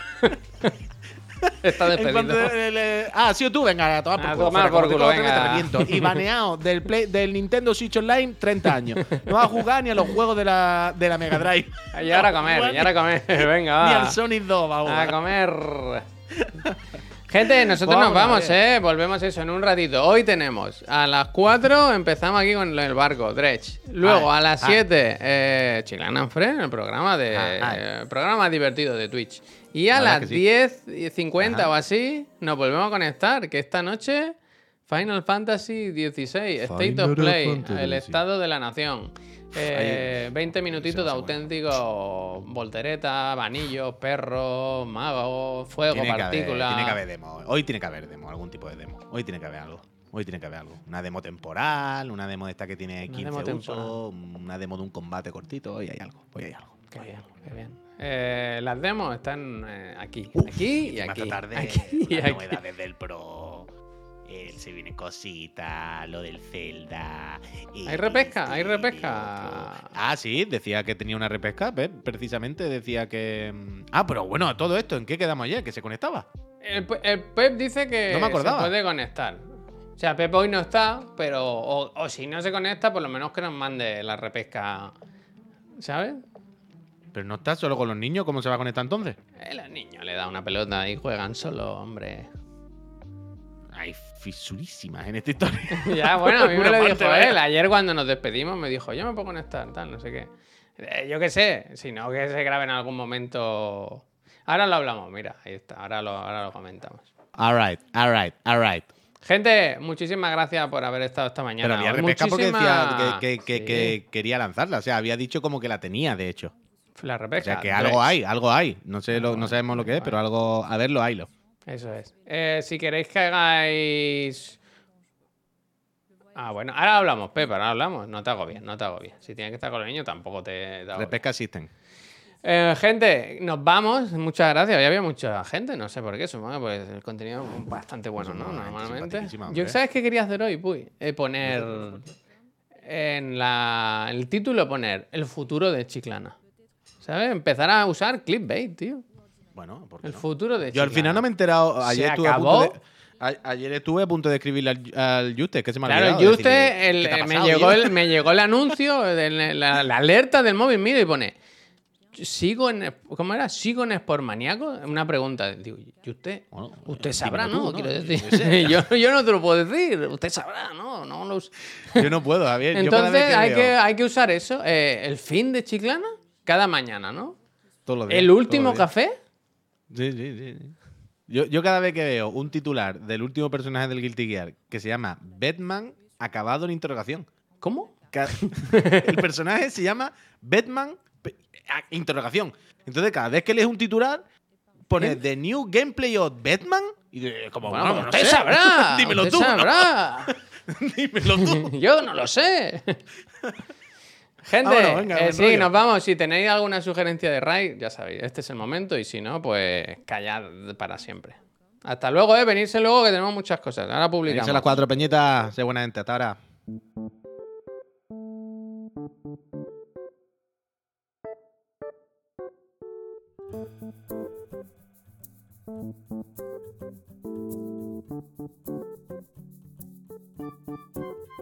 Está En despedido. cuanto le- le- ah, sí, tú, venga, a tomar por A culo. tomar fuera, como por te culo, cojas, te venga. reviento. Y baneado del, Play- del Nintendo Switch Online treinta años. No va a jugar ni a los juegos de la, de la Mega Drive. Y ahora a No va comer, jugar y ahora a comer. Venga, Ni va. al Sonic dos va a A jugar. comer. Gente, nosotros Vamos, nos vamos, a ver. ¿eh? Volvemos eso en un ratito. Hoy tenemos a las cuatro, empezamos aquí con el barco, Dredge. Luego Ay, a las ay. siete, eh, Chiclana and Friends, el programa de Ay, ay. eh, programa divertido de Twitch. Y a La verdad las que sí. diez y cincuenta Ajá. o así, nos volvemos a conectar, que esta noche Final Fantasy dieciséis, State Final of Play, Fantasy. el estado de la nación. Eh, veinte minutitos de Eso va a ser auténtico voltereta, vanillo, perro, mago, fuego, Tiene que, haber, partícula. tiene que haber demo. Hoy tiene que haber demo, algún tipo de demo. Hoy tiene que haber algo. Hoy tiene que haber algo. Una demo temporal, una demo de esta que tiene Una quince demo usos, una demo de un combate cortito. Hoy hay algo. Hoy hay algo. Qué bien, qué bien. Eh, las demos están eh, aquí, Uf, aquí y encima aquí. esta tarde, aquí y las aquí. novedades del Pro. eh, se vienen cositas, lo del Zelda. eh, Hay repesca, hay este y repesca. otro. Ah, sí, decía que tenía una repesca. ¿Ves? Precisamente decía que. mm, Ah, pero bueno, todo esto, ¿en qué quedamos ayer? Que se conectaba. El, Pe- el Pep dice que No me acordaba. se puede conectar. O sea, Pep hoy no está, pero. O, o si no se conecta, por lo menos que nos mande la repesca. ¿Sabes? Pero no está solo con los niños, ¿cómo se va a conectar entonces? El niño le da una pelota y juegan solo, hombre. Hay fisurísimas en esta historia. Ya, bueno, a mí me Una lo parte, dijo vaya. él. Ayer cuando nos despedimos me dijo, yo me puedo conectar, tal, no sé qué. Eh, yo qué sé, si no que se grabe en algún momento. Ahora lo hablamos, mira, ahí está, ahora lo, ahora lo comentamos. Alright, alright, alright. Gente, muchísimas gracias por haber estado esta mañana. Pero había repesca porque Muchísimas- decía que, que- que- Sí, que quería lanzarla. O sea, había dicho como que la tenía, de hecho. la O repesca. sea, que Dredge. algo hay, algo hay. No sé, lo- no sabemos lo que es, pero algo. A verlo, haylo. Eso es. Eh, si queréis que hagáis Ah, bueno, ahora hablamos, Pepe, ahora hablamos. No te hago bien, no te hago bien. Si tienes que estar con los niños, tampoco te, te hago bien. Repesca System. Eh, gente, nos vamos. Muchas gracias. Hoy había mucha gente, no sé por qué. Supongo que pues, el contenido es bastante bueno, ¿no? Somos gente Normalmente. simpaticísima, Yo, hombre. ¿sabes qué quería hacer hoy, Puy? Eh, poner en la, el título, poner el futuro de Chiclana. ¿Sabes? Empezar a usar clickbait, tío. Bueno, ¿por qué El no? futuro de Yo Chiclana. al final no me he enterado. Se Ayer estuve a acabó. punto de. a- Ayer estuve a punto de escribirle al, al Juste, que se me ha Claro, olvidado. Juste, decirle, el- ¿qué te ha eh, me, pasado, llegó tío? el, me llegó el anuncio, de la, la- la alerta del móvil mío y pone, sigo en, ¿cómo era? ¿Sigo en Sportmaníaco? Una pregunta. Digo, ¿y usted? Bueno, Usted eh, sabrá, dímelo ¿no? tú, ¿no? Quiero Yo decir, qué sé. yo, yo no te lo puedo decir. Usted sabrá, ¿no? No lo us- Yo no puedo, Javier. Yo cada Entonces vez que hay, veo- que, hay que usar eso. eh, el fin de Chiclana, cada mañana, ¿no? todos los días, El todos último los días. café. Sí, sí, sí. sí. Yo, yo cada vez que veo un titular del último personaje del Guilty Gear que se llama Batman acabado en interrogación. ¿Cómo? Ca- El personaje se llama Batman pe- a- interrogación. Entonces cada vez que lees un titular pone ¿Eh? The New Gameplay of Batman y de- como Bueno, bueno, pues no usted sé. sabrá. Dímelo usted tú. ¿no? sabrá. Dímelo tú. Yo no lo sé. Gente, Vámonos, venga, eh, buen sí, rollo. nos vamos. Si tenéis alguna sugerencia de raid, ya sabéis, este es el momento. Y si no, pues callad para siempre. Hasta luego, eh. Venirse luego que tenemos muchas cosas. Ahora publicamos. Venirse a las cuatro peñitas, sé buena gente. Hasta ahora.